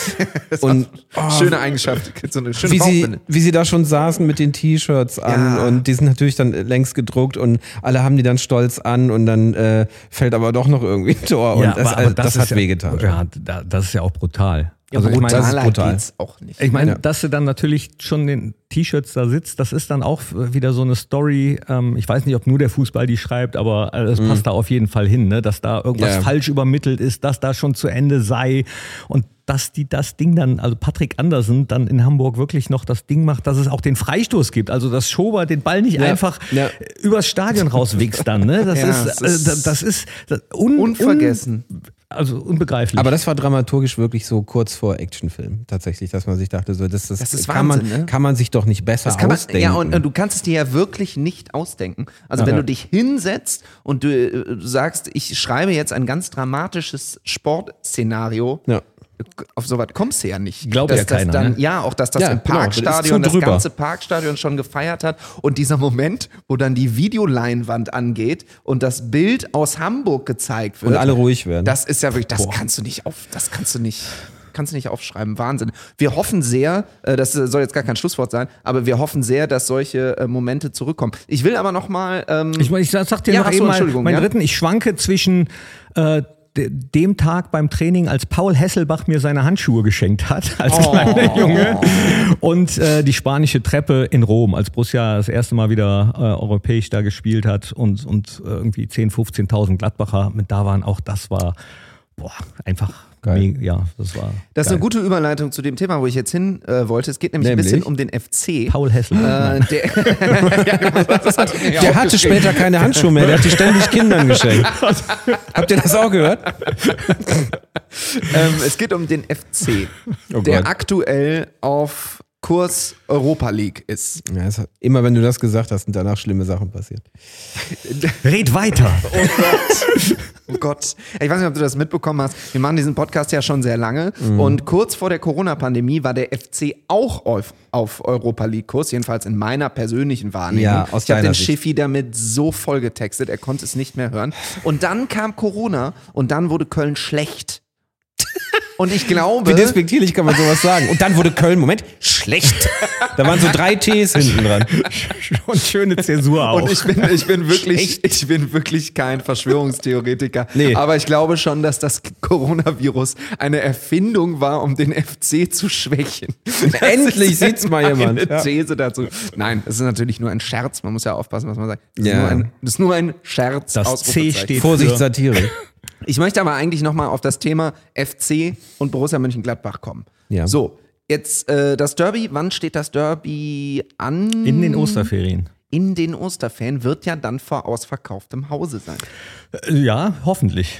Und oh, Schöne Eigenschaft, so eine schöne wie sie, Bauchbinde. wie sie da schon saßen mit den T-Shirts an Ja. und die sind natürlich dann längst gedruckt und alle haben die dann stolz an und dann äh, fällt aber doch noch irgendwie ein Tor und das, äh, das, ist hat ja, wehgetan. Ja, da- das ist ja auch brutal. Ja, also ich meine, das ist brutal. geht's auch nicht. Ich meine, Ja. dass du dann natürlich schon den T-Shirts da sitzt, das ist dann auch wieder so eine Story. Ähm, ich weiß nicht, ob nur der Fußball die schreibt, aber äh, es passt da auf jeden Fall hin, ne? Dass da irgendwas Ja, ja. falsch übermittelt ist, dass da schon zu Ende sei und dass die das Ding dann, also Patrick Andersen dann in Hamburg wirklich noch das Ding macht, dass es auch den Freistoß gibt. Also dass Schober den Ball nicht Ja. einfach Ja. übers Stadion rauswichst dann. Ne? Das, Ja, ist, es äh, ist das ist un, Unvergessen. Un, also unbegreiflich. Aber das war dramaturgisch wirklich so kurz vor Actionfilm tatsächlich, dass man sich dachte, so das, das, Das ist kann, Wahnsinn, man, ne? kann man sich doch nicht besser Das kann man, ausdenken. ja, und, und du kannst es dir ja wirklich nicht ausdenken. Also, Ja. wenn Ja. du dich hinsetzt und du, äh, du sagst, ich schreibe jetzt ein ganz dramatisches Sportszenario, Ja. auf sowas kommst du ja nicht. Glaubt dass ja das keiner, dann, ne? Ja, auch dass das Ja, im genau, das ist Parkstadion, zu das drüber. ganze Parkstadion schon gefeiert hat und dieser Moment, wo dann die Videoleinwand angeht und das Bild aus Hamburg gezeigt wird. Und alle ruhig werden. Das ist ja wirklich, das kannst du nicht auf, das kannst du nicht, kannst du nicht aufschreiben. Wahnsinn. Wir hoffen sehr, äh, das soll jetzt gar kein Schlusswort sein, aber wir hoffen sehr, dass solche äh, Momente zurückkommen. Ich will aber noch mal, ähm, Ich, ich sag dir Ja, noch ach so, eben mal Entschuldigung, meinen ja. dritten. Ich schwanke zwischen äh, de- dem Tag beim Training, als Paul Hesselbach mir seine Handschuhe geschenkt hat, als kleiner Junge. Und äh, die spanische Treppe in Rom, als Borussia das erste Mal wieder äh, europäisch da gespielt hat und, und äh, irgendwie zehntausend, fünfzehntausend Gladbacher mit da waren. Auch das war boah, einfach geil. Mega, ja, das war Das ist geil. eine gute Überleitung zu dem Thema, wo ich jetzt hin äh, wollte. Es geht nämlich, Nämlich? ein bisschen um den F C. Paul Hesselbach. Äh, der das hatte ich mir ja Der hatte aufgeschrieben. später keine Handschuhe mehr, der hat die ständig Kindern geschenkt. Habt ihr das auch gehört? ähm, es geht um den F C, Oh der Gott. aktuell auf Kurs Europa League ist. Ja, es hat, immer wenn du das gesagt hast, sind danach schlimme Sachen passiert. Red weiter. Oh Gott. Oh Gott. Ich weiß nicht, ob du das mitbekommen hast. Wir machen diesen Podcast ja schon sehr lange. Mhm. Und kurz vor der Corona-Pandemie war der F C auch auf, auf Europa League-Kurs, jedenfalls in meiner persönlichen Wahrnehmung. Ja, aus ich habe deiner den Sicht. Schiffi damit so voll getextet, er konnte es nicht mehr hören. Und dann kam Corona und dann wurde Köln schlecht. Und ich glaube... Wie despektierlich kann man sowas sagen? Und dann wurde Köln, Moment, schlecht. Da waren so drei Ts hinten dran. Und schöne Zäsur auch. Und ich bin, ich bin wirklich, ich bin wirklich kein Verschwörungstheoretiker. Nee. Aber ich glaube schon, dass das Coronavirus eine Erfindung war, um den F C zu schwächen. Das Endlich ist sieht's mal jemand. Eine Ja. These dazu. Nein, es ist natürlich nur ein Scherz. Man muss ja aufpassen, was man sagt. Es Ja. ist, nur ein, das ist nur ein Scherz. Das C Ausrufezeichen. steht Vorsicht, für- Satire. Ich möchte aber eigentlich nochmal auf das Thema F C und Borussia Mönchengladbach kommen. Ja. So, jetzt äh, das Derby. Wann steht das Derby an? In den Osterferien. In den Osterferien wird ja dann vor ausverkauftem Hause sein. Äh, Ja, hoffentlich.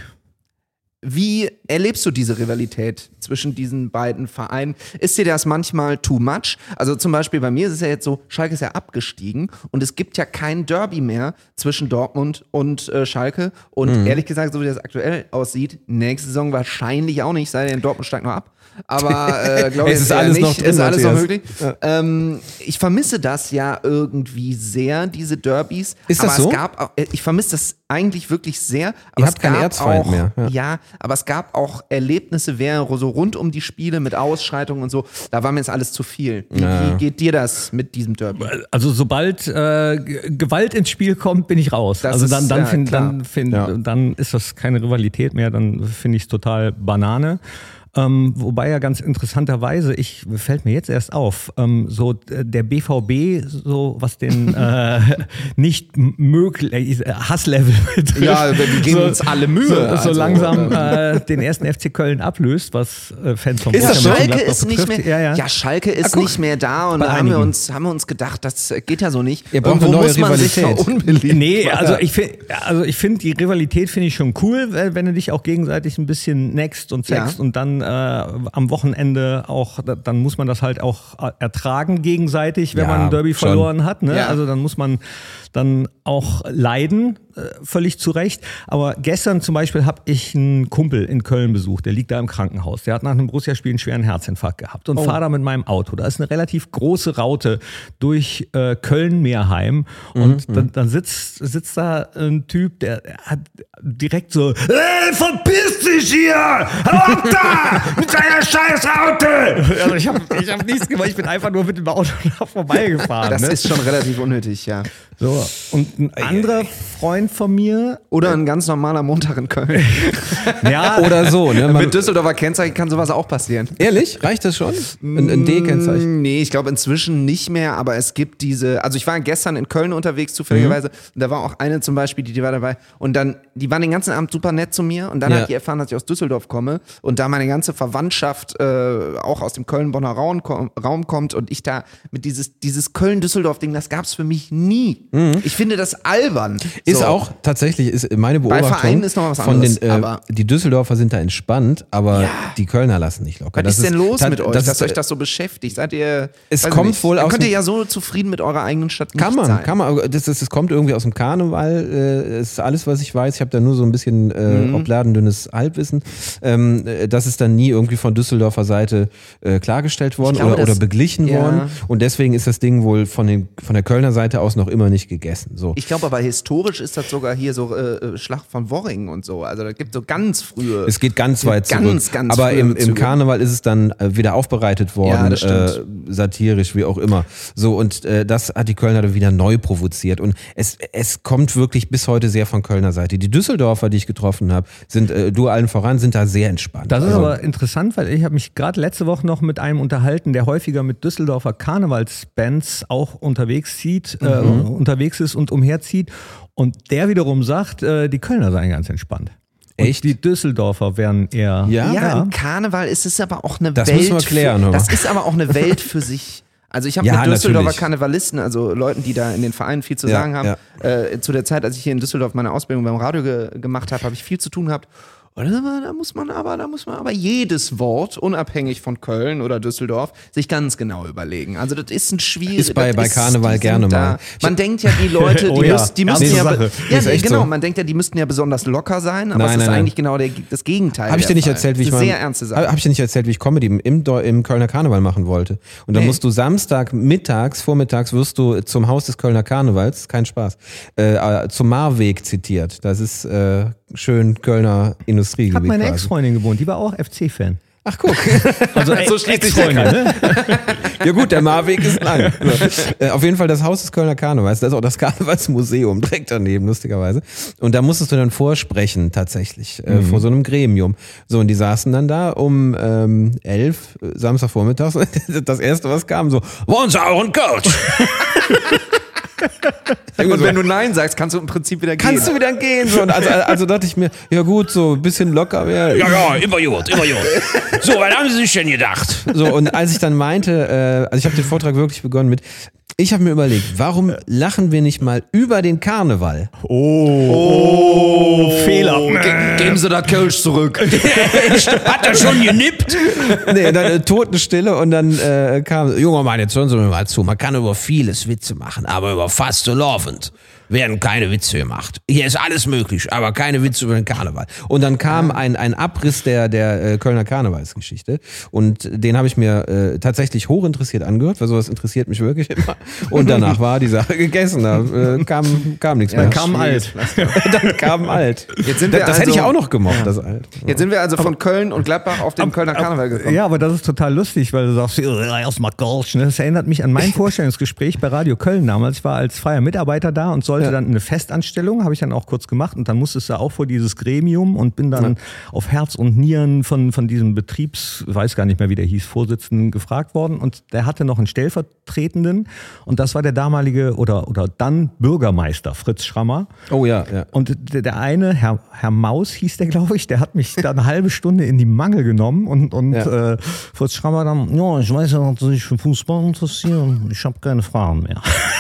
Wie erlebst du diese Rivalität zwischen diesen beiden Vereinen? Ist dir das manchmal too much? Also zum Beispiel bei mir ist es ja jetzt so, Schalke ist ja abgestiegen und es gibt ja kein Derby mehr zwischen Dortmund und äh, Schalke. Und ehrlich gesagt, so wie das aktuell aussieht, nächste Saison wahrscheinlich auch nicht, sei denn Dortmund steigt noch ab. Aber äh, glaube ich Es ist eher alles nicht. noch drin, ist alles noch Matthias. möglich. Ähm, ich vermisse das ja irgendwie sehr, diese Derbys. Ist aber das so? Es gab auch, äh, ich vermisse das eigentlich wirklich sehr. Aber Ihr es habt keinen gab Erzfeind auch, mehr, ja. Ja, aber es gab auch Erlebnisse während so rund um die Spiele mit Ausschreitungen und so. Da war mir jetzt alles zu viel. Wie, Ja. wie geht dir das mit diesem Derby? Also sobald äh, G- Gewalt ins Spiel kommt, bin ich raus. Das also ist, dann, dann, ja, find, klar. dann, find, Ja. dann ist das keine Rivalität mehr, dann finde ich es total Banane. Ähm, wobei ja ganz interessanterweise, ich fällt mir jetzt erst auf, ähm, so äh, der B V B, so was den äh, nicht möglich äh, Hasslevel betrifft, Ja, wir geben uns alle Mühe. so, so Also, langsam äh, den ersten F C Köln ablöst, was äh, Fans von Ist das Borussia Schalke Mönchengladbach ist nicht mehr, betrifft. Ja, ja. ja, Schalke ist guck, nicht mehr da und bei da haben wir, einigen. uns, haben wir uns gedacht, das geht ja so nicht. Ihr braucht Irgendwo eine neue muss man sich Rivalität. verunbeliebt Nee, machen. also ich finde, also ich finde die Rivalität finde ich schon cool, wenn wenn du dich auch gegenseitig ein bisschen next und sext Ja. und dann äh, am Wochenende auch, da- dann muss man das halt auch äh, ertragen gegenseitig, wenn Ja, man ein Derby schon. verloren hat. Ne? Ja. Also dann muss man dann auch leiden, äh, völlig zu Recht. Aber gestern zum Beispiel habe ich einen Kumpel in Köln besucht, der liegt da im Krankenhaus. Der hat nach einem Borussia-Spiel einen schweren Herzinfarkt gehabt und fahre da mit meinem Auto. Da ist eine relativ große Raute durch äh, Köln-Meerheim und dann, dann sitzt, sitzt da ein Typ, der, der hat direkt so, Ey, verpiss dich hier! Hau ab da! Mit deiner scheiß Raute! also ich habe ich hab nichts gemacht, ich bin einfach nur mit dem Auto da vorbeigefahren. Das ne? ist schon relativ unnötig, ja. So. Und ein anderer Freund von mir, Oder ein ganz normaler Montag in Köln. ja, Oder so, ne? Man, Mit Düsseldorfer Kennzeichen kann sowas auch passieren. ehrlich? Reicht das schon? Ein, ein D-Kennzeichen? Nee, ich glaube inzwischen nicht mehr, aber es gibt diese, also ich war gestern in Köln unterwegs zufälligerweise und da war auch eine zum Beispiel, die, die war dabei und dann, die waren den ganzen Abend super nett zu mir und dann Ja. hat die erfahren, dass ich aus Düsseldorf komme und da meine ganze Verwandtschaft äh, auch aus dem Köln-Bonner Raum, kom- Raum kommt und ich da mit dieses, dieses Köln-Düsseldorf-Ding, das gab's für mich nie. Ich finde das albern. Ist So. auch tatsächlich, ist meine Beobachtung. Vereinen ist noch was von anderes, den, äh, aber- die Düsseldorfer sind da entspannt, aber die Kölner lassen nicht locker. Was ist denn los tat- mit euch, das dass ist, euch das so beschäftigt? Seid ihr. Es weiß ich kommt nicht. wohl Dann aus könnt ihr dem- ja so zufrieden mit eurer eigenen Stadt Kann nicht man, sein. kann man. aber Das, das, das kommt irgendwie aus dem Karneval. Äh, ist alles, was ich weiß. Ich habe da nur so ein bisschen äh, Mhm. obladendünnes Halbwissen. Ähm, äh, das ist dann nie irgendwie von Düsseldorfer Seite äh, klargestellt worden Ich glaube, oder, oder das- beglichen ja. worden. Und deswegen ist das Ding wohl von, den, von der Kölner Seite aus noch immer nicht nicht gegessen. So. Ich glaube aber historisch ist das sogar hier so äh, Schlacht von Worringen und so. Also da gibt so ganz frühe. Es geht ganz weit ganz, zurück. ganz aber frühe im, im Bezüge. Karneval ist es dann äh, wieder aufbereitet worden, Ja, das stimmt. äh, satirisch, wie auch immer. So, und äh, das hat die Kölner dann wieder neu provoziert. Und es, es kommt wirklich bis heute sehr von Kölner Seite. Die Düsseldorfer, die ich getroffen habe, sind, äh, du allen voran, sind da sehr entspannt. Das ist Also, aber interessant, weil ich habe mich gerade letzte Woche noch mit einem unterhalten, der häufiger mit Düsseldorfer Karnevalsbands auch unterwegs zieht, äh, unterwegs ist und umherzieht. Und der wiederum sagt, äh, die Kölner seien ganz entspannt. Und Echt? die Düsseldorfer wären eher. Ja? Ja, im Karneval ist es aber auch eine Das Welt. müssen wir klären, für, hör mal. das ist aber auch eine Welt für sich. Also ich habe Ja, mit Düsseldorfer natürlich. Karnevalisten, also Leuten, die da in den Vereinen viel zu Ja, sagen haben, ja. äh, zu der Zeit, als ich hier in Düsseldorf meine Ausbildung beim Radio ge gemacht habe, habe ich viel zu tun gehabt. Und da muss man aber, da muss man aber jedes Wort, unabhängig von Köln oder Düsseldorf, sich ganz genau überlegen. Also das ist ein schwieriges. Ist bei- bei Karneval die sind gerne da. mal. Man denkt ja, die Leute, die, Oh ja, müssen, die müssen ernste ja, Sache. ja Ist nee, echt genau, so. man denkt ja, die müssten ja besonders locker sein, aber Nein, es ist nein, nein. eigentlich genau der, das Gegenteil. Habe ich dir der nicht Fall. erzählt, wie ich Das ist eine mal, sehr ernste Sache. Habe ich dir nicht erzählt, wie ich Comedy im, im, im Kölner Karneval machen wollte. Und dann Nee. musst du Samstag mittags, vormittags wirst du zum Haus des Kölner Karnevals, kein Spaß, äh, äh, zum Marweg zitiert. Das ist äh, schön Kölner Industriegebiet. Hat meine quasi. Ex-Freundin gewohnt, die war auch F C-Fan. Ach guck. Also So schließt sich der Ex-Freundin, ne? Ja gut, der Marweg ist lang. So. Äh, auf jeden Fall das Haus des Kölner Karnevals. Da ist auch das Karnevalsmuseum direkt daneben, lustigerweise. Und da musstest du dann vorsprechen, tatsächlich, äh, vor so einem Gremium. So, und die saßen dann da um ähm, elf, äh, Samstagvormittags. Das erste, was kam, so, wollen Sie auch einen Coach? Und wenn du Nein sagst, kannst du im Prinzip wieder gehen. Kannst du wieder gehen? So, und also, also dachte ich mir, ja gut, so ein bisschen locker wäre. Ja, ja, immer gut, immer gut. So, was haben Sie sich denn gedacht? So, und als ich dann meinte, äh, also ich habe den Vortrag wirklich begonnen mit, ich habe mir überlegt, warum lachen wir nicht mal über den Karneval? Oh, Fehler. Ge geben Sie das Kölsch zurück. Hat er schon genippt? Nee, dann äh, Totenstille und dann äh, kam, junger Mann, jetzt hören Sie mir mal zu, man kann über vieles Witze machen, aber über fast so laufend werden keine Witze gemacht. Hier ist alles möglich, aber keine Witze über den Karneval. Und dann kam ein, ein Abriss der, der äh, Kölner Karnevalsgeschichte und den habe ich mir äh, tatsächlich hochinteressiert angehört, weil sowas interessiert mich wirklich immer. Und danach war die Sache gegessen, da äh, kam, kam nichts mehr. Dann kam alt. Dann kam alt. Jetzt sind das wir das hätte ich also- auch noch gemocht, das alt. Jetzt sind wir also von Köln und Gladbach auf den Kölner Karneval gekommen. Ja, aber das ist total lustig, weil du sagst, ja, erstmal Kölsch. Ne? Das erinnert mich an mein Vorstellungsgespräch bei Radio Köln damals. Ich war als freier Mitarbeiter da und sollte Ja. dann eine Festanstellung, habe ich dann auch kurz gemacht und dann musstest du auch vor dieses Gremium und bin dann auf Herz und Nieren von, von diesem Betriebs, weiß gar nicht mehr, wie der hieß, Vorsitzenden gefragt worden und der hatte noch einen Stellvertretenden und das war der damalige oder, oder dann Bürgermeister Fritz Schrammer. Oh ja, ja. Und der, der eine, Herr, Herr Maus hieß der, glaube ich, der hat mich da eine halbe Stunde in die Mangel genommen und, und Ja. äh, Fritz Schrammer dann, ja, ich weiß ja, dass Sie sich für Fußball interessieren, ich habe keine Fragen mehr.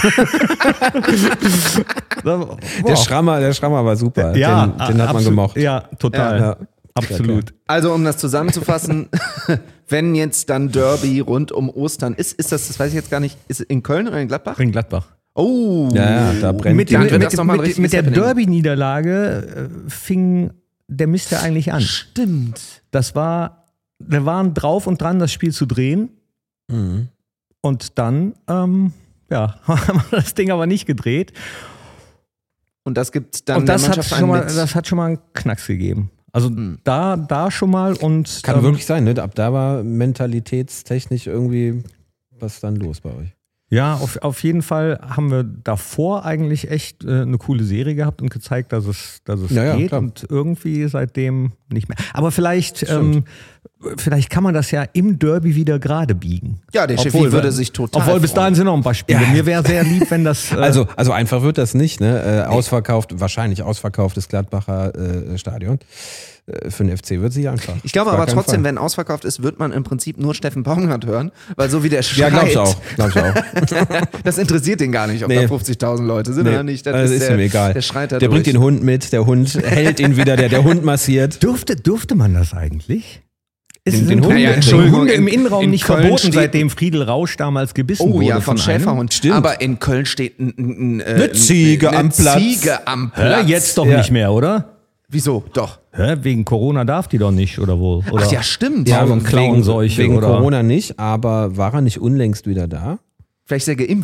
Der Boah. Schrammer, der Schrammer war super. Ja, den, den hat man absolut, gemocht. Ja, total. Ja. Absolut. Also um das zusammenzufassen, wenn jetzt dann Derby rund um Ostern ist, ist das, das weiß ich jetzt gar nicht, ist es in Köln oder in Gladbach? In Gladbach. Oh. Ja, ja, da brennt Mit, die- mit, wird mit, das noch mal ein mit, richtiges mit der Happening. Derby-Niederlage äh, fing der Mist ja eigentlich an. Stimmt. Das war, wir waren drauf und dran, das Spiel zu drehen. Mhm. Und dann, ähm, ja, haben wir das Ding aber nicht gedreht. Und das gibt dann Und das der hat, Mannschaft schon mal, einen mit. das hat schon mal einen Knacks gegeben. Also da, da schon mal und Kann ähm, wirklich sein, ne? Ab da war mentalitätstechnisch irgendwie was dann los bei euch. ja, auf, auf jeden Fall haben wir davor eigentlich echt äh, eine coole Serie gehabt und gezeigt, dass es, dass es Ja, ja, geht klar. und irgendwie seitdem nicht mehr. Aber vielleicht, ähm, vielleicht kann man das ja im Derby wieder gerade biegen. Ja, der Schiffi Obwohl, würde wenn- sich total Obwohl bis freuen. dahin sind noch ein paar Spiele. Ja. Mir wäre sehr lieb, wenn das. Äh, Also, also einfach wird das nicht, ne? Äh, ausverkauft, wahrscheinlich ausverkauftes Gladbacher äh, Stadion. Äh, für den F C wird sich einfach. Ich glaube Gar aber keinen trotzdem, Fall. wenn ausverkauft ist, wird man im Prinzip nur Steffen Baumgart hören, weil so wie der schreit, Ja, glaub ich auch. Glaub ich auch. das interessiert den gar nicht, ob Nee. da fünfzigtausend Leute sind Nee, oder nicht. Das also ist, ist der, ihm egal. Der schreit da Der durch. bringt den Hund mit, der Hund hält ihn wieder, der, der Hund massiert. Dürfte, dürfte man das eigentlich? Ist Den- sind den Hund- Hunde, Naja, sind Entschuldigung, Hunde im in- Innenraum in nicht Köln verboten, steht- seitdem Friedel Rausch damals gebissen Oh wurde ja, vom von einem? Schäferhund. Stimmt. Aber in Köln steht ein, ein, ein, äh, Eine Ziege eine am Platz. Ziege am Hä, Platz. jetzt doch Ja. nicht mehr, oder? Wieso? Doch. Hä, wegen Corona darf die doch nicht, oder wohl? Oder? Ach ja, stimmt. Ja, so ein Klauenseuche, wegen oder? Corona nicht, aber war er nicht unlängst wieder da? Vielleicht ist er geimpft.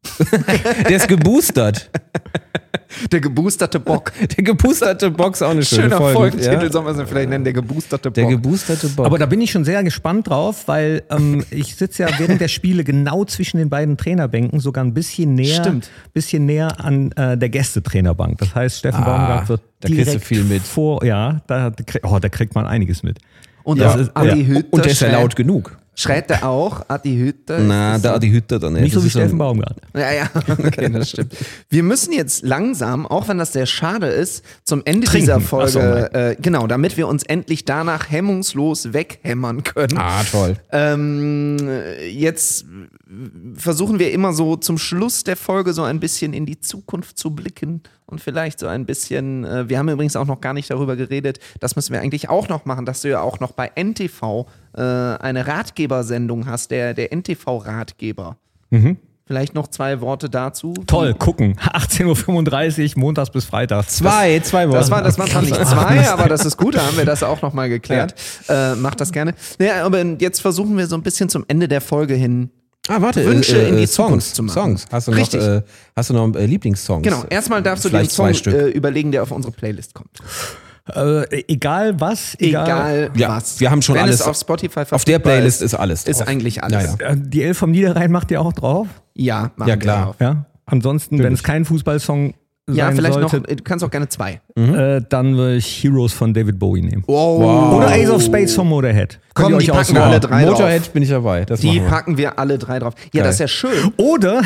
Der ist geboostert. Der geboosterte Bock. Der geboosterte Bock ist auch eine schöne Schöner Folge. Folgentitel, Ja? soll man es vielleicht nennen, der geboosterte Bock. Der geboosterte Bock. Aber da bin ich schon sehr gespannt drauf, weil ähm, ich sitze ja während der Spiele genau zwischen den beiden Trainerbänken, sogar ein bisschen näher, Stimmt. bisschen näher an äh, der Gästetrainerbank. Das heißt, Steffen Ah, Baumgart wird da kriegst du direkt viel mit. vor, ja, da, oh, da kriegt man einiges mit. Und Ja. auch Ja. Adi Hütter. Und der ist ja schreit- laut genug. Schreit der auch? Adi Hütter? Na, Ist da das die Hütte dann Nicht so wie Das ist Steffen Baumgart. Ja, ja, okay, das stimmt. Wir müssen jetzt langsam, auch wenn das sehr schade ist, zum Ende Trinken. dieser Ach Folge, so, nein. äh, genau, damit wir uns endlich danach hemmungslos weghämmern können. Ah, toll. Ähm, jetzt versuchen wir immer so zum Schluss der Folge so ein bisschen in die Zukunft zu blicken und vielleicht so ein bisschen, äh, wir haben übrigens auch noch gar nicht darüber geredet, das müssen wir eigentlich auch noch machen, dass du ja auch noch bei N T V äh, eine Ratgebersendung hast, der, der N T V-Ratgeber. Vielleicht noch zwei Worte dazu. Toll, gucken. achtzehn Uhr fünfunddreißig, montags bis freitags. Zwei, zwei Wochen. Das war, das waren zwar nicht zwei, aber das ist gut, da haben wir das auch nochmal geklärt. Äh, macht das gerne. Naja, aber jetzt versuchen wir so ein bisschen zum Ende der Folge hin. Ah, warte. Wünsche in die Songs, Zukunft zu machen. Songs. Hast du Richtig. noch, äh, hast du noch äh, Lieblingssongs? Genau, erstmal darfst du dir einen Vielleicht zwei Song Stück. äh, überlegen, der auf unsere Playlist kommt. Äh, egal was, egal. Egal Ja, was. wir haben schon Wenn alles- es auf Spotify Auf der verfügbar Playlist ist alles Ist drauf. eigentlich alles. Ja, Äh, Die Elf vom Niederrhein macht ihr auch drauf? Ja, machen Ja, wir klar. drauf. Ja. Ansonsten, wenn es kein Fußballsong Ja, sein vielleicht sollte, noch, du kannst auch gerne zwei. äh, dann würde ich Heroes von David Bowie nehmen. Wow. Oder Ace of Spades von Motorhead. Komm, Könnt die ihr euch packen wir aussuchen. alle drei drauf. Motorhead bin ich dabei. Das Die machen wir. packen wir alle drei drauf. Ja, Geil. das ist ja schön. Oder,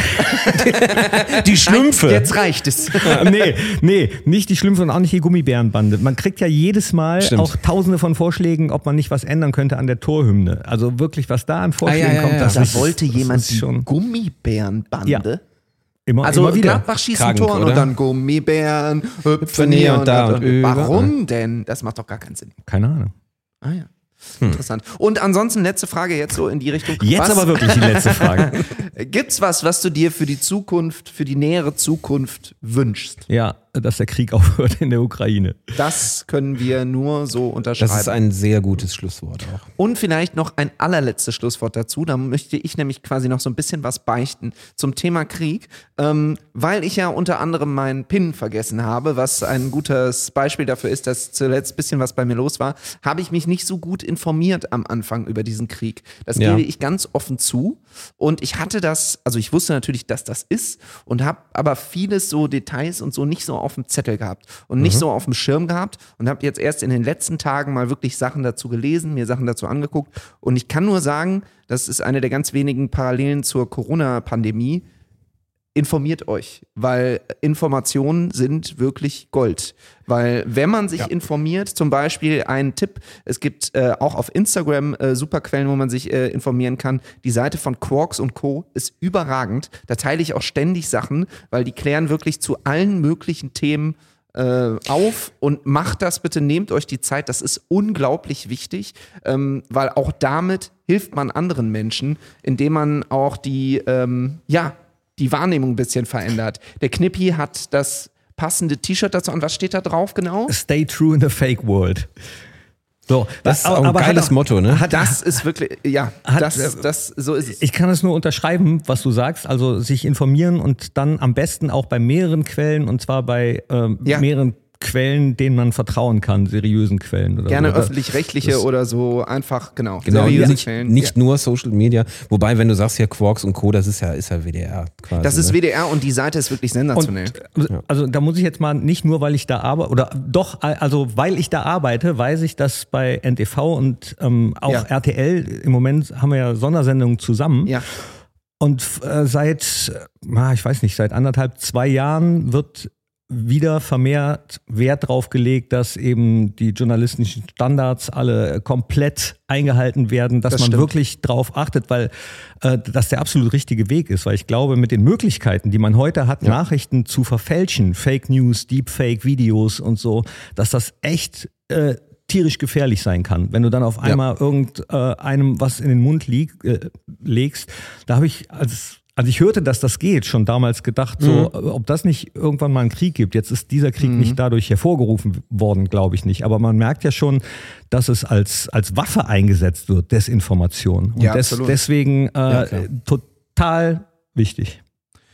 Die Schlümpfe. Jetzt reicht es. nee, nee, nicht die Schlümpfe und auch nicht die Gummibärenbande. Man kriegt ja jedes Mal Stimmt. auch tausende von Vorschlägen, ob man nicht was ändern könnte an der Torhymne. Also wirklich, was da an Vorschlägen Ah, ja, ja, kommt, ja. das Da ist, wollte das jemand ist die schon Gummibärenbande. Ja. immer, Also immer wieder. Gladbach schießt ein Krank, Tor oder? und dann Gummibären, hüpfen hier hier und und da da. und über. Warum denn? Das macht doch gar keinen Sinn. Keine Ahnung. Ah ja. Interessant. Und ansonsten letzte Frage jetzt so in die Richtung. Jetzt was, aber wirklich die letzte Frage. Gibt's was, was du dir für die Zukunft, für die nähere Zukunft wünschst? Ja, dass der Krieg aufhört in der Ukraine. Das können wir nur so unterschreiben. Das ist ein sehr gutes Schlusswort auch. Und vielleicht noch ein allerletztes Schlusswort dazu. Da möchte ich nämlich quasi noch so ein bisschen was beichten zum Thema Krieg, ähm, weil ich ja unter anderem meinen PIN vergessen habe, was ein gutes Beispiel dafür ist, dass zuletzt ein bisschen was bei mir los war, habe ich mich nicht so gut informiert am Anfang über diesen Krieg. Das Ja. gebe ich ganz offen zu. Und ich hatte das, also ich wusste natürlich, dass das ist und habe aber vieles so Details und so nicht so auf dem Zettel gehabt und nicht so auf dem Schirm gehabt und habe jetzt erst in den letzten Tagen mal wirklich Sachen dazu gelesen, mir Sachen dazu angeguckt und ich kann nur sagen, das ist eine der ganz wenigen Parallelen zur Corona-Pandemie. Informiert euch, weil Informationen sind wirklich Gold. Weil wenn man sich informiert, zum Beispiel ein Tipp, es gibt äh, auch auf Instagram äh, super Quellen, wo man sich äh, informieren kann. Die Seite von Quarks und Co. ist überragend. Da teile ich auch ständig Sachen, weil die klären wirklich zu allen möglichen Themen äh, auf und macht das bitte, nehmt euch die Zeit, das ist unglaublich wichtig, ähm, weil auch damit hilft man anderen Menschen, indem man auch die, ähm, ja, die Wahrnehmung ein bisschen verändert. Der Knippi hat das passende T-Shirt dazu an. Was steht da drauf genau? Stay true in the fake world. So, Das ist auch ein geiles hat, Motto, ne? Hat, Das ist wirklich, ja, Hat- das, das, so ist es. Ich kann es nur unterschreiben, was du sagst, also sich informieren und dann am besten auch bei mehreren Quellen und zwar bei ähm, Ja. mehreren Quellen, denen man vertrauen kann, seriösen Quellen. Oder Gerne so. öffentlich-rechtliche das- oder so, einfach, genau, Genau, seriöse nicht, Quellen. nicht Ja. nur Social Media. Wobei, wenn du sagst hier Quarks und Co., das ist ja, ist ja W D R quasi. Das ist ne? W D R und die Seite ist wirklich sensationell. Und, also da muss ich jetzt mal nicht nur, weil ich da arbeite, oder doch, also weil ich da arbeite, weiß ich, dass bei N T V und ähm, auch Ja. R T L im Moment haben wir ja Sondersendungen zusammen. ja. Und äh, seit, äh, ich weiß nicht, seit anderthalb, zwei Jahren wird wieder vermehrt Wert drauf gelegt, dass eben die journalistischen Standards alle komplett eingehalten werden, dass Das man stimmt. wirklich drauf achtet, weil äh, das der absolut richtige Weg ist. Weil ich glaube, mit den Möglichkeiten, die man heute hat, Nachrichten zu verfälschen, Fake News, Deepfake Videos und so, dass das echt äh, tierisch gefährlich sein kann. Wenn du dann auf einmal irgendeinem äh, was in den Mund lieg, äh, legst, da habe ich als als ich hörte, dass das geht, schon damals gedacht, so, ob das nicht irgendwann mal einen Krieg gibt. Jetzt ist dieser Krieg nicht dadurch hervorgerufen worden, glaube ich nicht. Aber man merkt ja schon, dass es als, als Waffe eingesetzt wird, Desinformation. Und Ja, des, absolut. deswegen äh, Ja, klar. total wichtig.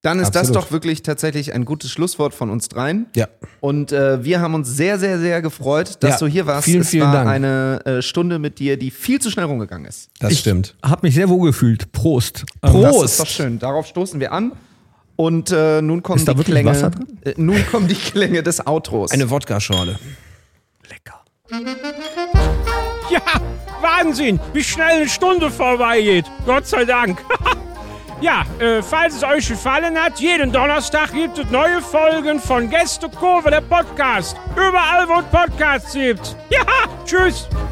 Dann ist Absolut. das doch wirklich tatsächlich ein gutes Schlusswort von uns dreien. Ja. Und äh, wir haben uns sehr, sehr, sehr gefreut, dass Ja, du hier warst. vielen, es vielen war Dank. eine äh, Stunde mit dir, die viel zu schnell rumgegangen ist. Das Ich stimmt. Hab mich sehr wohl gefühlt. Prost. Das Prost! ist doch schön. Darauf stoßen wir an. Und äh, nun kommen Ist da die wirklich Klänge. Wasser drin? Äh, nun kommen die Klänge des Outros. Eine Wodka-Schorle. Lecker. Ja, Wahnsinn, wie schnell eine Stunde vorbeigeht. Gott sei Dank. Ja, äh, falls es euch gefallen hat, jeden Donnerstag gibt es neue Folgen von Gästekurve, der Podcast. Überall, wo es Podcasts gibt. Ja, tschüss.